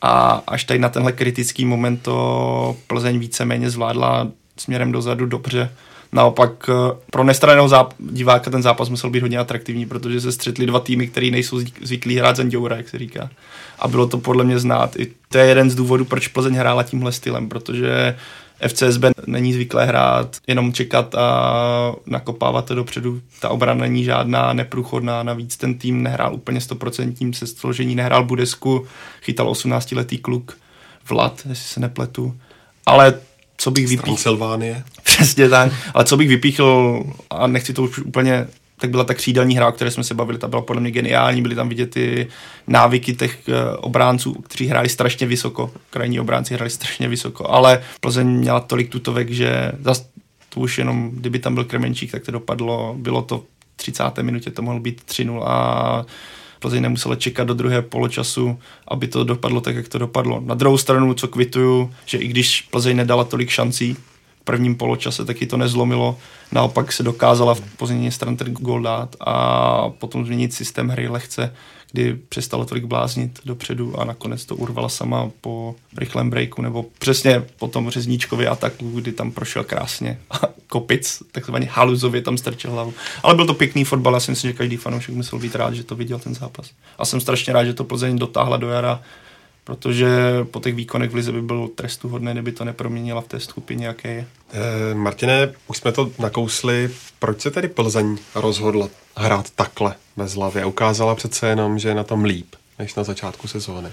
A až tady na tenhle kritický moment to Plzeň víceméně zvládla směrem dozadu dobře. Naopak pro nestranného diváka ten zápas musel být hodně atraktivní, protože se střetli dva týmy, který nejsou zvyklí hrát Zanděura, jak se říká. A bylo to podle mě znát. I to je jeden z důvodů, proč Plzeň hrála tímhle stylem, protože FCSB není zvyklé hrát, jenom čekat a nakopávat to dopředu. Ta obrana není žádná neprůchodná, navíc ten tým nehrál úplně 100% se složení, nehrál Budesku, chytal 18letý kluk Vlad, jestli se nepletu. Ale co bych vypíchl... Transylvánie. Přesně tak, ale co bych vypíchl, a nechci to už úplně, tak byla ta křídelní hra, o které jsme se bavili, ta byla podle mě geniální, byly tam vidět ty návyky těch obránců, kteří hráli strašně vysoko, krajní obránci hráli strašně vysoko, ale Plzeň měla tolik tutovek, že zase to už jenom, kdyby tam byl Kremenčík, tak to dopadlo, bylo to v 30. minutě, to mohlo být 3-0 a Plzeň nemusela čekat do druhého poločasu, aby to dopadlo tak, jak to dopadlo. Na druhou stranu, co kvituju, že i když Plzeň nedala tolik šancí v prvním poločase, taky to nezlomilo. Naopak se dokázala v pozdějní straně ten gól dát a potom změnit systém hry lehce, kdy přestalo tolik bláznit dopředu a nakonec to urvala sama po rychlém breaku, nebo přesně po tom řezníčkově ataku, kdy tam prošel krásně a Kopic, takzvaně haluzově tam strčil hlavu. Ale byl to pěkný fotbal, já si myslím, že každý fanoušek musel být rád, že to viděl ten zápas. A jsem strašně rád, že to Plzeň dotáhla do jara, protože po těch výkonech v lize by byl trestuhodné, kdyby to neproměnila v té skupině, jaké je. Martine, už jsme to nakousli. Proč se tedy Plzeň rozhodla hrát takhle bez hlavy? Ukázala přece jenom, že je na tom líp, než na začátku sezóny.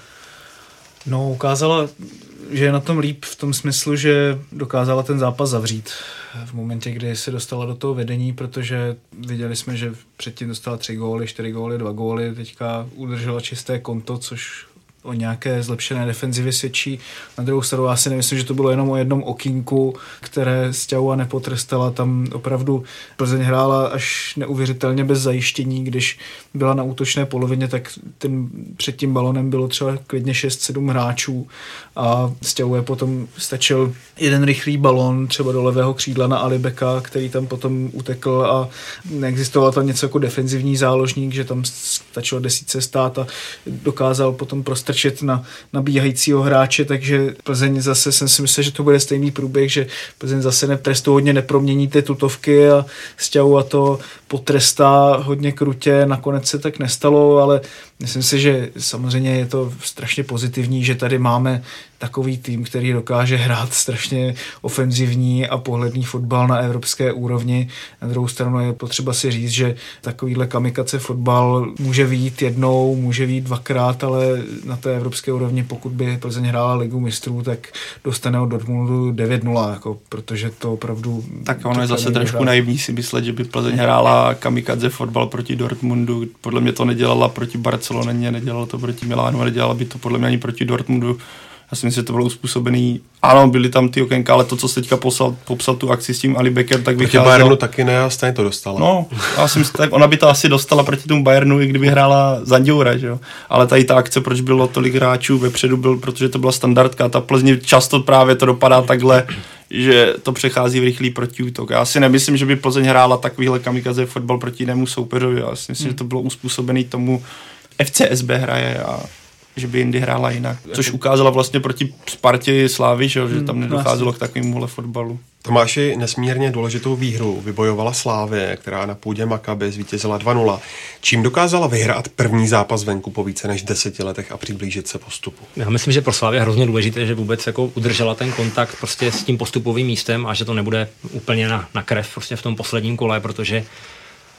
No, ukázala, že je na tom líp v tom smyslu, že dokázala ten zápas zavřít v momentě, kdy se dostala do toho vedení, protože viděli jsme, že předtím dostala 3 góly, 4 góly, 2 góly, teďka udržela čisté konto, což o nějaké zlepšené defenzivě svědčí. Na druhou stranu já si nemyslím, že to bylo jenom o jednom okýnku, které Sťaua nepotrestala. Tam opravdu Plzeň hrála až neuvěřitelně bez zajištění. Když byla na útočné polovině, tak před tím balonem bylo třeba klidně 6-7 hráčů a Sťaue potom stačil jeden rychlý balon třeba do levého křídla na Alibeka, který tam potom utekl a neexistoval tam něco jako defenzivní záložník, že tam stačilo 10 stát a dokázal potom prostrčit na nabíhajícího hráče, takže Plzeň zase jsem si myslel, že to bude stejný průběh, že Plzeň zase trestuhodně nepromění ty tutovky a Sťaua to potrestá hodně krutě, nakonec se tak nestalo, ale myslím si, že samozřejmě je to strašně pozitivní, že tady máme takový tým, který dokáže hrát strašně ofenzivní a pohledný fotbal na evropské úrovni. Na druhou stranu je potřeba si říct, že takovýhle kamikaze fotbal může vyjít jednou, může vyjít dvakrát, ale na té evropské úrovni, pokud by Plzeň hrála Ligu mistrů, tak dostane od Dortmundu 9-0, jako, protože to opravdu... Tak ono je zase trošku naivní si myslet, že by Plzeň hrála kamikaze fotbal proti Dortmundu. Podle mě to nedělala proti Barceloně, nedělala to proti Milánu, nedělala by to podle mě ani proti Dortmundu. Já si myslím, že to bylo uspůsobený. Ano, byly tam ty okénka, ale to, co jsi teďka popsal tu akci s tím Alibekem, tak vycházel... Proti Bayernu taky ne, a stejně to dostala. No, já si myslím, tak ona by to asi dostala proti tomu Bayernu, i kdyby hrála Zanděura, že jo. Ale tady ta akce, proč bylo tolik hráčů vepředu, byl, protože to byla standardka. Ta Plzeň často právě to dopadá takhle, že to přechází v rychlý protiútok. Já si nemyslím, že by Plzeň hrála takovýhle kamikaze fotbal proti jinému soupeřovi. Já si myslím, že to bylo uspůsobený tomu FCSB hraje a že by jindy hrála jinak. Což ukázala vlastně proti Spartě Slávy, že tam nedocházelo k takovémuhle fotbalu. Tomáši, nesmírně důležitou výhru vybojovala Slávie, která na půdě Makabi zvítězila 2-0. Čím dokázala vyhrát první zápas venku po více než 10 letech a přiblížit se postupu? Já myslím, že pro Slávě je hrozně důležité, že vůbec jako udržela ten kontakt prostě s tím postupovým místem a že to nebude úplně na krev prostě v tom posledním kole, protože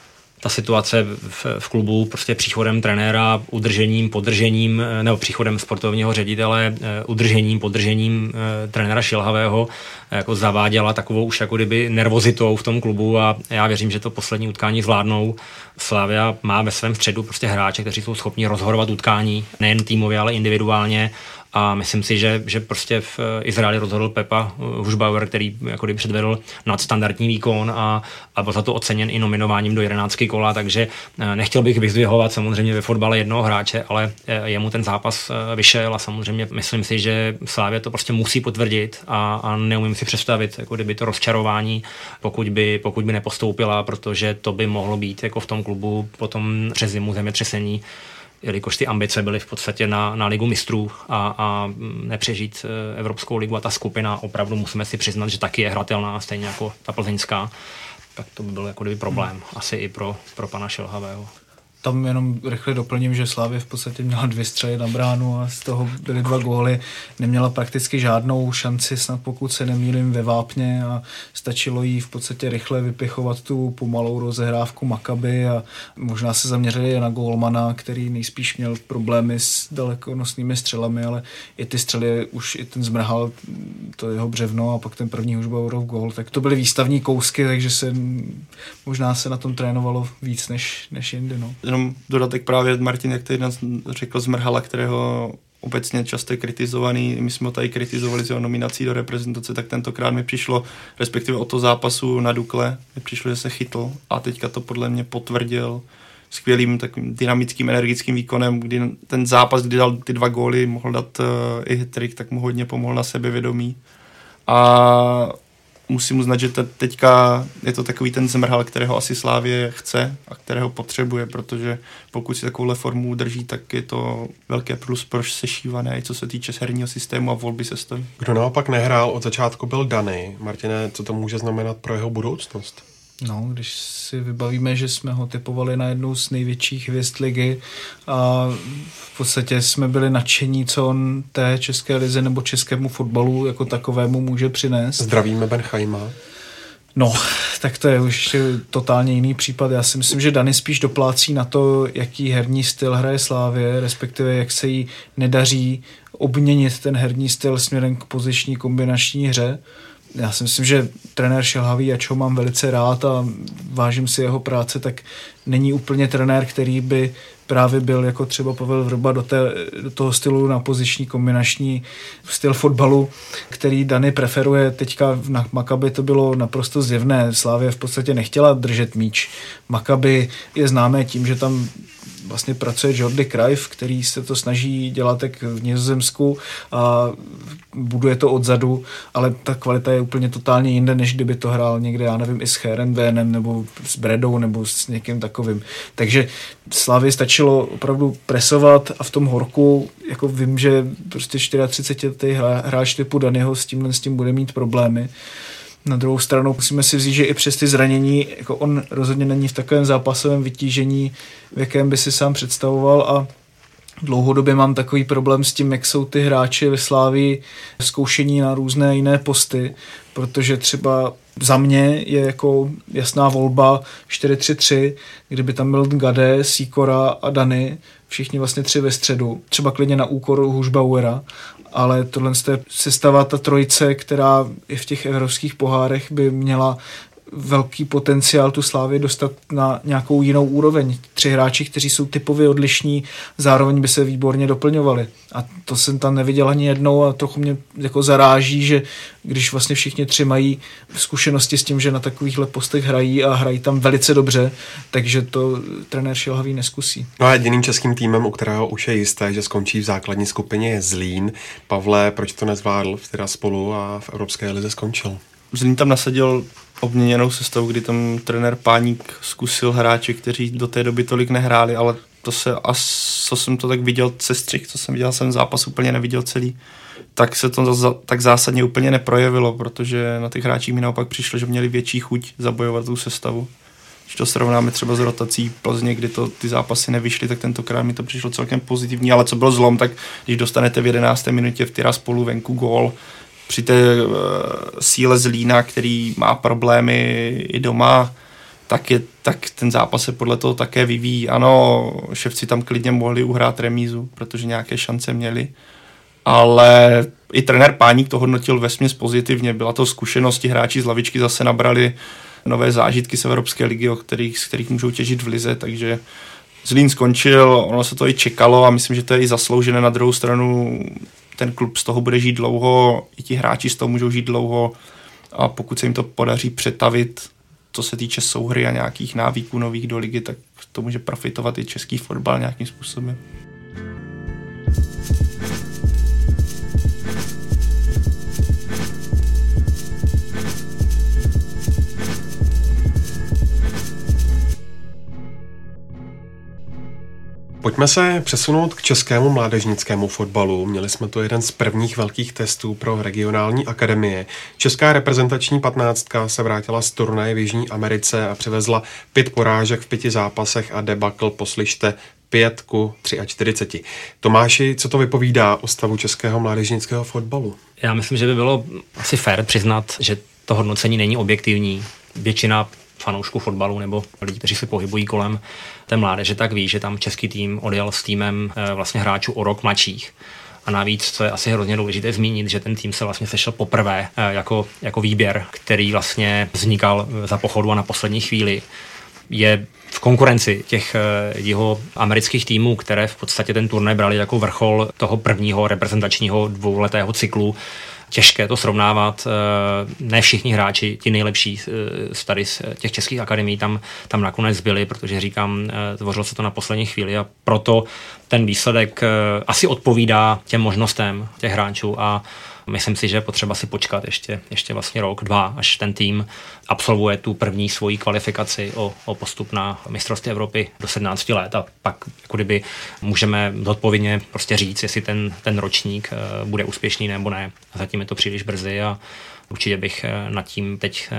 ta situace v klubu prostě příchodem trenéra, udržením, podržením, nebo příchodem sportovního ředitele, udržením, podržením trenéra Šilhavého jako zaváděla takovou už jako kdyby nervozitou v tom klubu a já věřím, že to poslední utkání zvládnou. Slavia má ve svém středu prostě hráče, kteří jsou schopni rozhodovat utkání, nejen týmově, ale individuálně. A myslím si, že prostě v Izraeli rozhodl Pepa Hušbauer, který jako kdyby předvedl nadstandardní výkon a byl za to oceněn i nominováním do 11. kola, takže nechtěl bych vyzdvihovat samozřejmě ve fotbale jednoho hráče, ale jemu ten zápas vyšel a samozřejmě myslím si, že Slavia to prostě musí potvrdit a neumím si představit jako kdyby to rozčarování, pokud by nepostoupila, protože to by mohlo být jako v tom klubu potom přes zimu zemětřesení, jelikož ty ambice byly v podstatě na ligu mistrů a nepřežít Evropskou ligu a ta skupina opravdu musíme si přiznat, že taky je hratelná, stejně jako ta plzeňská, tak to by byl jako kdyby problém asi i pro pana Šilhavého. Tam jenom rychle doplním, že Slavia v podstatě měla 2 střely na bránu a z toho byly 2 góly. Neměla prakticky žádnou šanci, snad pokud se nemýlím, ve Vápně a stačilo jí v podstatě rychle vypichovat tu pomalou rozehrávku Maccabi a možná se zaměřili na gólmana, který nejspíš měl problémy s dalekonosnými střelami, ale i ty střely už i ten zmrhal to jeho břevno a pak ten první Hušbauerův gól. Tak to byly výstavní kousky, takže možná se na tom trénovalo víc než jindy. No. Jenom dodatek právě Martin, jak tady řekl, Zmrhala, kterého obecně často je kritizovaný, my jsme ho tady kritizovali z jeho nominací do reprezentace, tak tentokrát mi přišlo, respektive od toho zápasu na Dukle, mi přišlo, že se chytl a teďka to podle mě potvrdil skvělým takovým dynamickým, energickým výkonem, kdy ten zápas, kdy dal ty 2 góly, mohl dát i hat-trick, tak mu hodně pomohl na sebevědomí. A musím uznat, že teďka je to takový ten Zmrhal, kterého asi Slavie chce a kterého potřebuje, protože pokud si takovouhle formu udrží, tak je to velké plus pro sešívané, co se týče herního systému a volby sestavy. Kdo naopak nehrál od začátku, byl Dany. Martine, co to může znamenat pro jeho budoucnost? No, když si vybavíme, že jsme ho typovali na jednu z největších hvězd ligy a v podstatě jsme byli nadšení, co on té české lize nebo českému fotbalu jako takovému může přinést. Zdravíme Benchaima. No, tak to je už totálně jiný případ. Já si myslím, že Dany spíš doplácí na to, jaký herní styl hraje Slavie, respektive jak se jí nedaří obměnit ten herní styl směrem k poziční kombinační hře. Já si myslím, že trenér Šilhavý, ač ho mám velice rád a vážím si jeho práce, tak není úplně trenér, který by právě byl jako třeba Pavel Vrba do toho stylu na poziční kombinační styl fotbalu, který Dany preferuje. Teďka na Maccabi to bylo naprosto zjevné. Slavia v podstatě nechtěla držet míč. Maccabi je známé tím, že tam vlastně pracuje Jordi Cruyff, který se to snaží dělat tak v Nizozemsku a buduje to odzadu, ale ta kvalita je úplně totálně jinde, než kdyby to hrál někde, já nevím, i s Heerenveenem nebo s Bredou nebo s někým takovým. Takže Slavii stačilo opravdu presovat a v tom horku, jako vím, že prostě 34letý hráč typu Danyho s tím bude mít problémy. Na druhou stranu musíme si vzít, že i přes ty zranění, jako on rozhodně není v takovém zápasovém vytížení, v jakém by si sám představoval a dlouhodobě mám takový problém s tím, jak jsou ty hráči ve Slavii zkoušení na různé jiné posty, protože třeba za mě je jako jasná volba 4-3-3, kdyby tam byl Gade, Sikora a Dany, všichni vlastně 3 ve středu, třeba klidně na úkor Hušbauera, ale tohle je sestava ta trojice, která i v těch evropských pohárech by měla velký potenciál tu Slavii dostat na nějakou jinou úroveň. 3 hráči, kteří jsou typově odlišní, zároveň by se výborně doplňovali. A to jsem tam neviděl ani jednou a trochu mě jako zaráží, že když vlastně všichni 3 mají zkušenosti s tím, že na takovýchhle postech hrají a hrají tam velice dobře, takže to trenér Šilhavý neskusí. No a jediným českým týmem, u kterého už je jisté, že skončí v základní skupině, je Zlín. Pavle, proč to nezvládl teda spolu a v Evropské lize skončil? Zlín tam nasadil obměněnou sestavu, kdy tam trenér Páník zkusil hráče, kteří do té doby tolik nehráli, ale to se, co jsem to tak viděl, sestřih, co jsem viděl, jsem zápas úplně neviděl celý, tak se to tak zásadně úplně neprojevilo, protože na těch hráčích mi naopak přišlo, že měli větší chuť zabojovat tu sestavu. Když to srovnáme třeba s rotací Plzně, kdy ty zápasy nevyšly, tak tentokrát mi to přišlo celkem pozitivní, ale co byl zlom, tak když dostanete v 11. minutě v Tiraspolu venku gól, při té síle Zlína, který má problémy i doma, tak ten zápas se podle toho také vyvíjí. Ano, Ševci tam klidně mohli uhrát remízu, protože nějaké šance měli, ale i trenér Páník to hodnotil vesměs pozitivně. Byla to zkušenost, hráči z lavičky zase nabrali nové zážitky z Evropské ligy, z kterých můžou těžit v lize, takže Zlín skončil, ono se to i čekalo a myslím, že to je i zasloužené. Na druhou stranu ten klub z toho bude žít dlouho, i ti hráči z toho můžou žít dlouho a pokud se jim to podaří přetavit, co se týče souhry a nějakých návyků nových do ligy, tak to může profitovat i český fotbal nějakým způsobem. Pojďme se přesunout k českému mládežnickému fotbalu. Měli jsme tu jeden z prvních velkých testů pro regionální akademie. Česká reprezentační 15 se vrátila z turnaje v Jižní Americe a přivezla 5 porážek v 5 zápasech a debakl, poslyšte, 5-43. Tomáši, co to vypovídá o stavu českého mládežnického fotbalu? Já myslím, že by bylo asi fér přiznat, že to hodnocení není objektivní. Většina fanoušků fotbalu nebo lidí, kteří se pohybují kolem té mládeže, tak ví, že tam český tým odjel s týmem vlastně hráčů o rok mladších. A navíc, co je asi hrozně důležité zmínit, že ten tým se vlastně sešel poprvé jako výběr, který vlastně vznikal za pochodu a na poslední chvíli. Je v konkurenci těch jeho amerických týmů, které v podstatě ten turnaj brali jako vrchol toho prvního reprezentačního dvouletého cyklu. Těžké to srovnávat, ne všichni hráči, ti nejlepší tady z těch českých akademií tam nakonec byli, protože říkám, tvořilo se to na poslední chvíli a proto ten výsledek asi odpovídá těm možnostem těch hráčů a myslím si, že je potřeba si počkat ještě vlastně rok, 2, až ten tým absolvuje tu první svoji kvalifikaci o postup na mistrovství Evropy do 17 let a pak jako kdyby můžeme zodpovědně prostě říct, jestli ten ročník bude úspěšný nebo ne. Zatím je to příliš brzy a určitě bych nad tím teď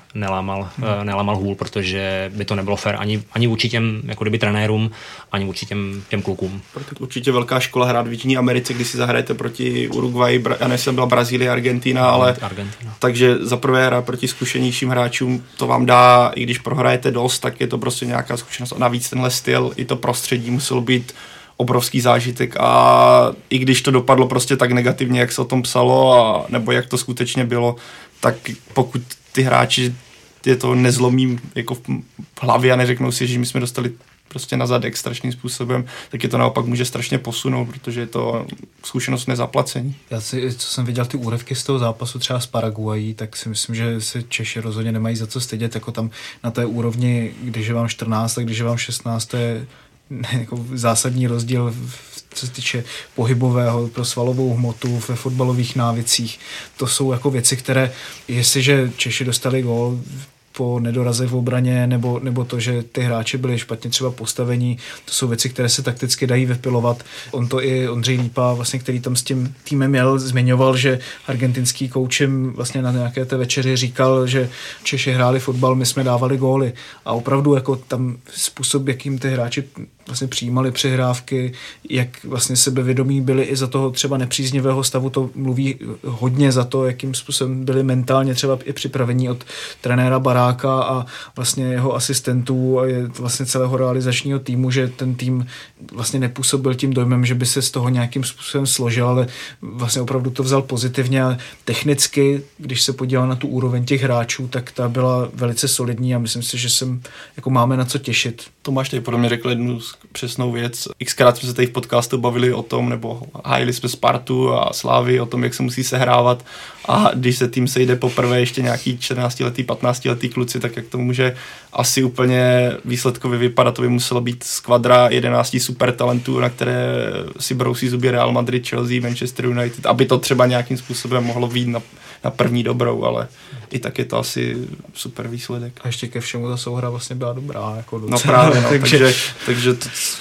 nelámal hůl, protože by to nebylo fér ani vůči těm jako kdyby trenérům, ani vůči těm klukům. Určitě velká škola hrát v Jižní Americe, když si zahrajete proti Uruguay, já nevím, byla Brazílie, Argentina, ale Argentina. Takže za prvé hrát proti zkušenějším hráčům, to vám dá, i když prohrajete dost, tak je to prostě nějaká zkušenost. A navíc tenhle styl, i to prostředí muselo být obrovský zážitek a i když to dopadlo prostě tak negativně, jak se o tom psalo, a nebo jak to skutečně bylo, tak pokud ty hráči je to nezlomí jako v hlavě a neřeknou si, že my jsme dostali prostě na zadek strašným způsobem, tak je to naopak může strašně posunout, protože je to zkušenost nezaplacení. Co jsem viděl ty úryvky z toho zápasu třeba s Paraguají, tak si myslím, že se Češi rozhodně nemají za co stydět, jako tam na té úrovni, když je vám 14 a když je vám 16, to je jako zásadní rozdíl, co se týče pohybového pro svalovou hmotu ve fotbalových návicích. To jsou jako věci, které, jestliže Češi dostali gól po nedoraze v obraně, nebo to, že ty hráči byli špatně třeba postavení, to jsou věci, které se takticky dají vypilovat. On to i Ondřej Lípa, vlastně, který tam s tím týmem měl, zmiňoval, že argentinský koučem vlastně na nějaké té večeři říkal, že Češi hráli fotbal, my jsme dávali góly. A opravdu jako tam způsob, jakým ty hráči vlastně přijímali přihrávky, jak vlastně sebevědomí byli i za toho třeba nepříznivého stavu, to mluví hodně za to, jakým způsobem byli mentálně třeba i připravení od trenéra Baráka a vlastně jeho asistentů a vlastně celého realizačního týmu, že ten tým vlastně nepůsobil tím dojmem, že by se z toho nějakým způsobem složil, ale vlastně opravdu to vzal pozitivně a technicky, když se podíval na tu úroveň těch hráčů, tak ta byla velice solidní a myslím si, že jako máme na co těšit. Tomáš tady podle mě řekl jednu přesnou věc. Xkrát jsme se tady v podcastu bavili o tom, nebo hájili jsme Spartu a Slávy o tom, jak se musí sehrávat a když se tým sejde poprvé ještě nějaký 14letý, 15letý kluci, tak jak to může asi úplně výsledkově vypadat, to by muselo být skvadra 11 super talentů, na které si brousí zuby Real Madrid, Chelsea, Manchester United, aby to třeba nějakým způsobem mohlo být na první dobrou, ale i tak je to asi super výsledek. A ještě ke všemu ta souhra vlastně byla dobrá. Jako no právě, no, takže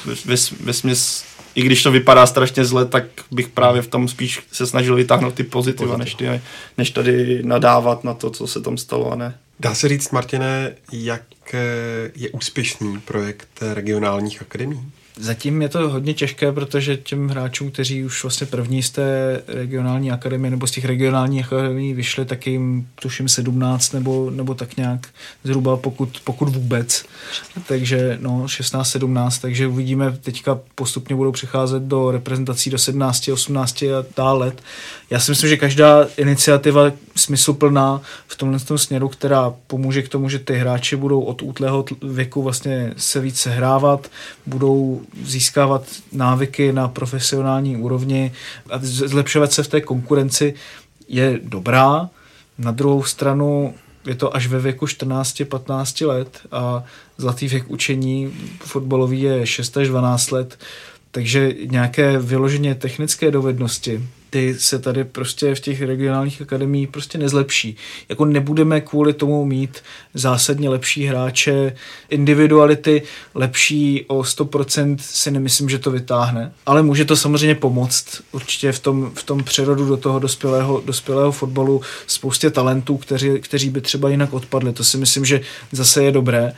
vesměs, i když to vypadá strašně zle, tak bych právě v tom spíš se snažil vytáhnout ty pozitiva, než tady nadávat na to, co se tam stalo a ne. Dá se říct, Martine, jak je úspěšný projekt regionálních akademií? Zatím je to hodně těžké, protože těm hráčům, kteří už vlastně první z té regionální akademie nebo z těch regionálních akademií vyšli, tak jim tuším 17 nebo tak nějak zhruba, pokud vůbec. Takže 16-17, takže uvidíme, teďka postupně budou přicházet do reprezentací do 17, 18 a dále. Já si myslím, že každá iniciativa smysluplná v tomhle směru, která pomůže k tomu, že ty hráči budou od útlého věku vlastně se víc sehrávat, budou získávat návyky na profesionální úrovni a zlepšovat se v té konkurenci, je dobrá. Na druhou stranu je to až ve věku 14-15 let a zlatý věk učení fotbalový je 6 až 12 let, takže nějaké vyloženě technické dovednosti ty se tady prostě v těch regionálních akademiích prostě nezlepší. Jako nebudeme kvůli tomu mít zásadně lepší hráče, individuality lepší o 100% si nemyslím, že to vytáhne, ale může to samozřejmě pomoct určitě v tom přerodu do toho dospělého fotbalu spoustě talentů, kteří by třeba jinak odpadli. To si myslím, že zase je dobré.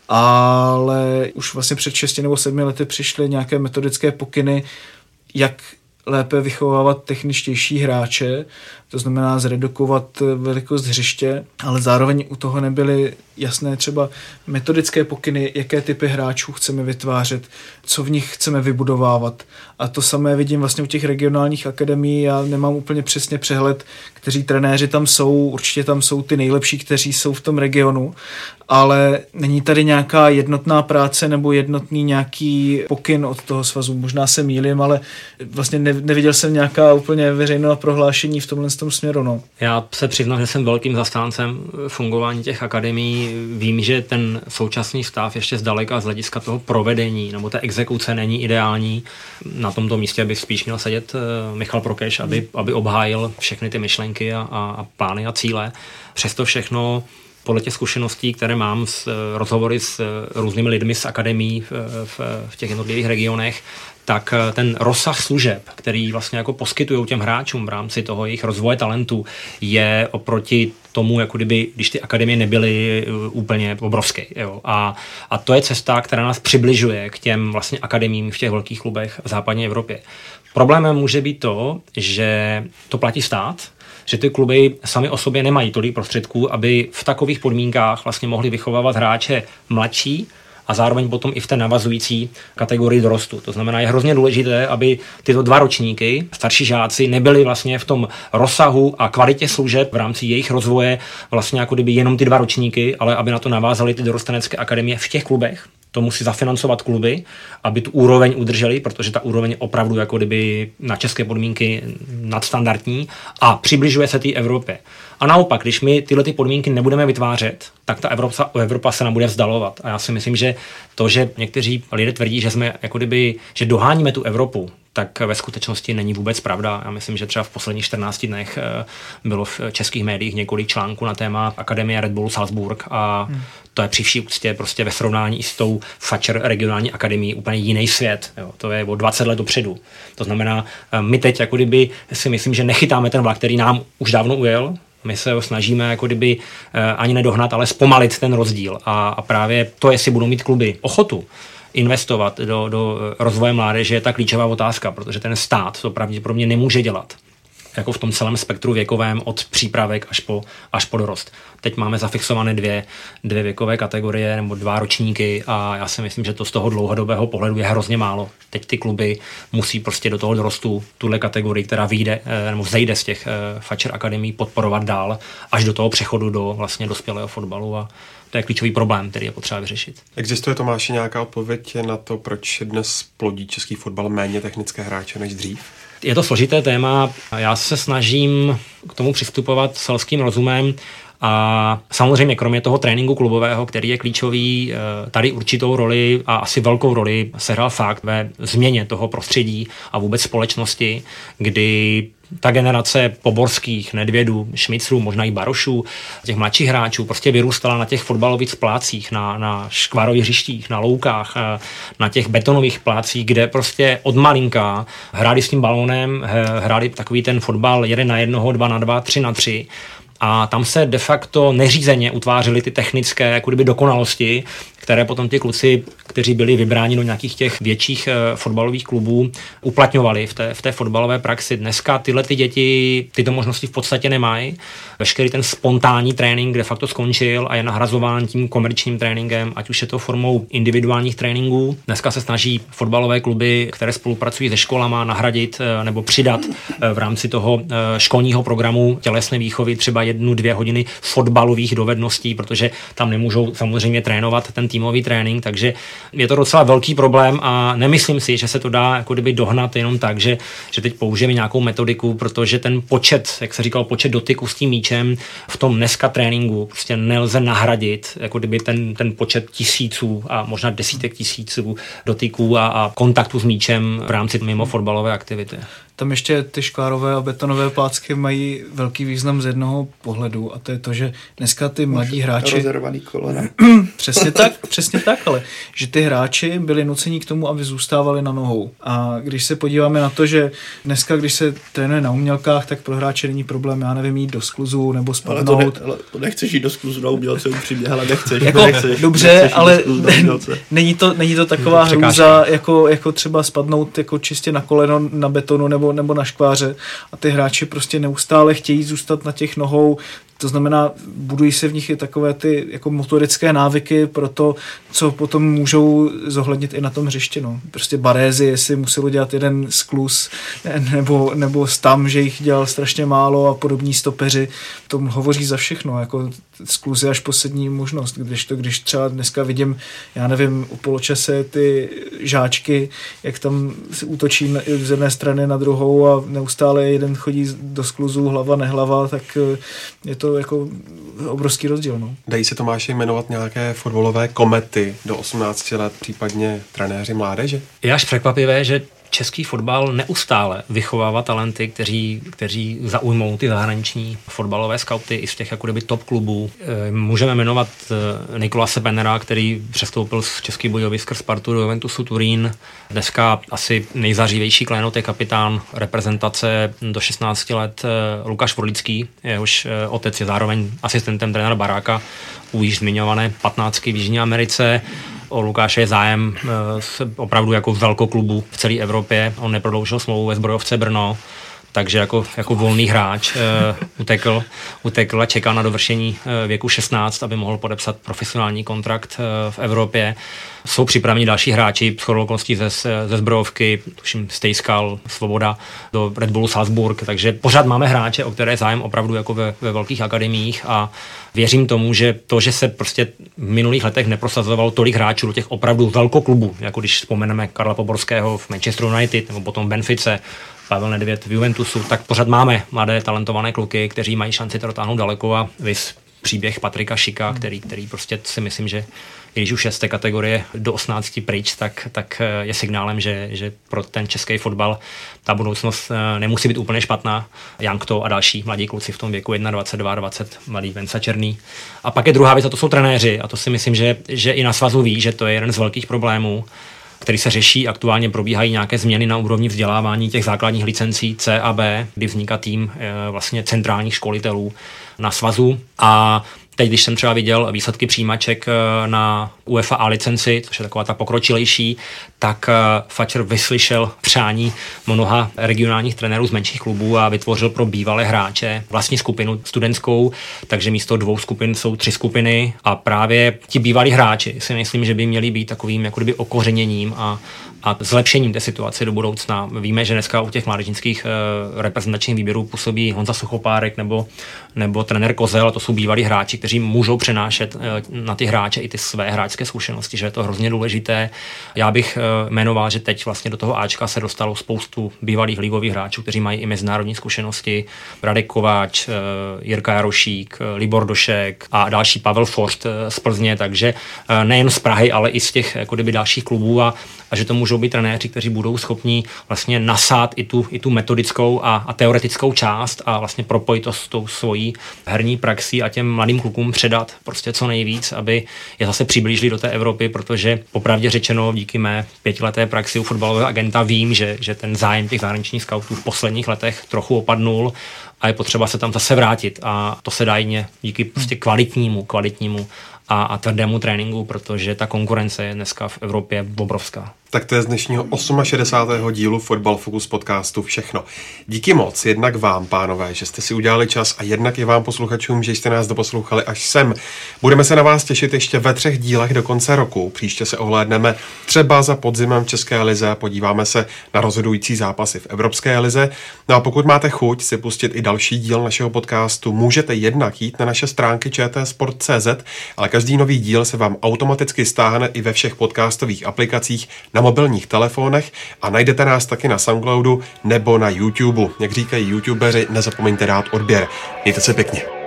Ale už vlastně před 6 nebo 7 lety přišly nějaké metodické pokyny, jak lépe vychovávat techničtější hráče, to znamená zredukovat velikost hřiště, ale zároveň u toho nebyly jasné třeba metodické pokyny, jaké typy hráčů chceme vytvářet, co v nich chceme vybudovávat. A to samé vidím vlastně u těch regionálních akademií, já nemám úplně přesně přehled, kteří trenéři tam jsou, určitě tam jsou ty nejlepší, kteří jsou v tom regionu, ale není tady nějaká jednotná práce nebo jednotný nějaký pokyn od toho svazu. Možná se mýlím, ale vlastně neviděl jsem nějaká úplně veřejná prohlášení v tomhle směru. No. Já se přiznám, že jsem velkým zastáncem fungování těch akademií. Vím, že ten současný stav ještě zdaleka z hlediska toho provedení nebo té exekuce není ideální. Na tomto místě by spíš měl sedět Michal Prokeš, aby obhájil všechny ty myšlenky a plány a cíle. Přesto všechno podle těch zkušeností, které mám z rozhovory s různými lidmi z akademií v těch jednotlivých regionech, tak ten rozsah služeb, který vlastně jako poskytují těm hráčům v rámci toho jejich rozvoje talentu, je oproti tomu, jako když ty akademie nebyly úplně obrovské. Jo. A to je cesta, která nás přibližuje k těm vlastně akademiím v těch velkých klubech v západní Evropě. Problémem může být to, že to platí stát, že ty kluby sami o sobě nemají tolik prostředků, aby v takových podmínkách vlastně mohli vychovávat hráče mladší a zároveň potom i v té navazující kategorii dorostu. To znamená, je hrozně důležité, aby tyto 2 ročníky, starší žáci, nebyli vlastně v tom rozsahu a kvalitě služeb v rámci jejich rozvoje vlastně jako kdyby jenom ty 2 ročníky, ale aby na to navázaly ty dorostenecké akademie v těch klubech. To musí zafinancovat kluby, aby tu úroveň udrželi, protože ta úroveň je opravdu jako kdyby na české podmínky nadstandardní a přibližuje se té Evropě. A naopak, když my tyhle ty podmínky nebudeme vytvářet, tak ta Evropa se nám bude vzdalovat. A já si myslím, že to, že někteří lidé tvrdí, že jsme jako kdyby, že doháníme tu Evropu, tak ve skutečnosti není vůbec pravda. Já myslím, že třeba v posledních 14 dnech bylo v českých médiích několik článků na téma Akademie Red Bull Salzburg a to je při vší úctě prostě ve srovnání i s tou Fatscher regionální akademií úplně jiný svět. Jo. To je o 20 let dopředu. To znamená, my teď jako kdyby si myslím, že nechytáme ten vlak, který nám už dávno ujel. My se ho snažíme jako kdyby ani nedohnat, ale zpomalit ten rozdíl. A právě to, jestli budou mít kluby ochotu investovat do rozvoje mládeže, je ta klíčová otázka, protože ten stát to pravděpodobně nemůže dělat. Jako v tom celém spektru věkovém od přípravek až po dorost. Teď máme zafixované dvě věkové kategorie nebo 2 ročníky a já si myslím, že to z toho dlouhodobého pohledu je hrozně málo. Teď ty kluby musí prostě do toho dorostu tuhle kategorii, která vyjde nebo vzejde z těch Fatscher akademií, podporovat dál až do toho přechodu do vlastně dospělého fotbalu a to je klíčový problém, který je potřeba vyřešit. Existuje, Tomáši, nějaká odpověď na to, proč dnes plodí český fotbal méně technické hráče než dřív? Je to složité téma. Já se snažím k tomu přistupovat selským rozumem a samozřejmě kromě toho tréninku klubového, který je klíčový, tady určitou roli a asi velkou roli sehrál fakt ve změně toho prostředí a vůbec společnosti, kdy ta generace Poborských, Nedvědů, Šmicrů, možná i Barošů, těch mladších hráčů prostě vyrůstala na těch fotbalových plácích, na škvárových hřištích, na loukách, na těch betonových plácích, kde prostě od malinka hráli s tím balónem, hráli takový ten fotbal 1 na 1, 2 na 2, 3 na 3 a tam se de facto neřízeně utvářely ty technické jako kdyby dokonalosti, které potom ti kluci, kteří byli vybráni do nějakých těch větších fotbalových klubů, uplatňovali v té fotbalové praxi. Dneska tyhle ty děti tyto možnosti v podstatě nemají. Veškerý ten spontánní trénink de facto skončil a je nahrazován tím komerčním tréninkem, ať už je to formou individuálních tréninků. Dneska se snaží fotbalové kluby, které spolupracují se školama, nahradit nebo přidat v rámci toho školního programu tělesné výchovy třeba 1-2 hodiny fotbalových dovedností, protože tam nemůžou samozřejmě trénovat ten týmový trénink, takže je to docela velký problém a nemyslím si, že se to dá jako kdyby dohnat jenom tak, že teď použijeme nějakou metodiku, protože ten počet, jak se říkal, počet dotyků s tím míčem v tom dneska tréninku prostě nelze nahradit, jako kdyby ten počet tisíců a možná desítek tisíců dotyků a kontaktu s míčem v rámci mimo fotbalové aktivity. Tam ještě ty šklárové a betonové plácky mají velký význam z jednoho pohledu a to je to, že dneska ty mladí hráči... Rozervaný kolena. Přesně tak, ale že ty hráči byli nuceni k tomu, aby zůstávali na nohou. A když se podíváme na to, že dneska, když se trénuje na umělkách, tak pro hráče není problém, já nevím, jít do skluzu nebo spadnout. Ale to nechceš jít do skluzu na umělce upřímně, ale nechceš. Dobře, ale není to taková hrůza, jako třeba spadnout jako čistě na koleno na betonu nebo na škváře a ty hráči prostě neustále chtějí zůstat na těch nohou. To znamená, budují se v nich i takové ty jako motorické návyky pro to, co potom můžou zohlednit i na tom hřišti. No. Prostě Barézy, jestli muselo dělat jeden skluz nebo tam, že jich dělal strašně málo a podobní stopeři, to hovoří za všechno. Jako skluz je až poslední možnost. Když třeba dneska vidím, já nevím, u poločase ty žáčky, jak tam se útočí z jedné strany na druhou a neustále jeden chodí do skluzu, hlava, nehlava, tak je to jako obrovský rozdíl. No. Dají se, Tomáši, jmenovat nějaké fotbalové komety do 18 let, případně trenéři mládeže? Je až překvapivé, že český fotbal neustále vychovává talenty, kteří zaujmou ty zahraniční fotbalové skauty i z těch jako kdyby top klubů. Můžeme jmenovat Nikolase Bennera, který přestoupil z Český Budějovic skrz Spartu do Juventusu Turín. Dneska asi nejzařivější klenot je kapitán reprezentace do 16 let Lukáš Vorlický, jehož otec je zároveň asistentem trenéra Baráka u již zmiňované 15 v Jižní Americe. O Lukáše je zájem opravdu jako velkoklubu v celé Evropě. On neprodloužil smlouvu ve Zbrojovce Brno, takže jako volný hráč utekl a čekal na dovršení věku 16, aby mohl podepsat profesionální kontrakt v Evropě. Jsou připraveni další hráči, shodou okolností ze Zbrojovky, tuším Stejskal, Svoboda do Red Bullu Salzburg, takže pořád máme hráče, o které je zájem opravdu jako ve velkých akademiích a věřím tomu, že to, že se prostě v minulých letech neprosazovalo tolik hráčů do těch opravdu velkoklubů, jako když vzpomeneme Karla Poborského v Manchester United nebo potom Benfice, Pavel Nedvěd v Juventusu, tak pořád máme mladé talentované kluky, kteří mají šanci to dotáhnout daleko a vys příběh Patrika Šika, který prostě si myslím, že i když už je z té kategorie do 18 pryč, tak je signálem, že pro ten český fotbal ta budoucnost nemusí být úplně špatná. Jankto a další mladí kluci v tom věku 21, 20, mladý Venca Černý. A pak je druhá věc, a to jsou trenéři. A to si myslím, že i na svazu ví, že to je jeden z velkých problémů, který se řeší. Aktuálně probíhají nějaké změny na úrovni vzdělávání těch základních licencí C a B, kdy vzniká tým vlastně centrálních školitelů na svazu. A teď, když jsem třeba viděl výsledky přijímaček na UEFA A licenci, což je taková ta pokročilejší, tak Fatcher vyslyšel přání mnoha regionálních trenérů z menších klubů a vytvořil pro bývalé hráče vlastní skupinu studentskou, takže místo 2 skupin jsou 3 skupiny a právě ti bývalí hráči si myslím, že by měli být takovým jako kdyby okořeněním a zlepšením té situace do budoucna. Víme, že dneska u těch mládežnických reprezentačních výběrů působí Honza Suchopárek nebo trenér Kozel, a to jsou bývalí hráči, kteří můžou přenášet na ty hráče i ty své hráčské zkušenosti, že je to hrozně důležité. Já bych jmenoval, že teď vlastně do toho Ačka se dostalo spoustu bývalých ligových hráčů, kteří mají i mezinárodní zkušenosti. Radek Kováč, Jirka Jarošík, Libor Došek a další Pavel Forst z Plzně, takže nejen z Prahy, ale i z těch jako kdyby dalších klubů a že to můžou být trenéři, kteří budou schopni vlastně nasát i tu metodickou a teoretickou část a vlastně propojit to s tou svojí herní praxí a těm mladým klukům klukům předat prostě co nejvíc, aby je zase přiblížili do té Evropy, protože popravdě řečeno díky mé 5leté praxi u fotbalového agenta vím, že ten zájem těch zahraničních skautů v posledních letech trochu opadnul a je potřeba se tam zase vrátit a to se dá jedině díky prostě kvalitnímu a tvrdému tréninku, protože ta konkurence je dneska v Evropě obrovská. Tak to je z dnešního 68. dílu Fotbal Focus podcastu všechno. Díky moc jednak vám, pánové, že jste si udělali čas a jednak i vám posluchačům, že jste nás doposlouchali až sem. Budeme se na vás těšit ještě ve 3 dílech do konce roku. Příště se ohlédneme třeba za podzimem v České lize a podíváme se na rozhodující zápasy v Evropské lize. No a pokud máte chuť si pustit i další díl našeho podcastu, můžete jednak jít na naše stránky čtsport.cz, ale každý nový díl se vám automaticky stáhne i ve všech podcastových aplikacích na mobilních telefonech a najdete nás taky na Soundcloudu nebo na YouTube. Jak říkají youtubeři, nezapomeňte dát odběr. Mějte se pěkně.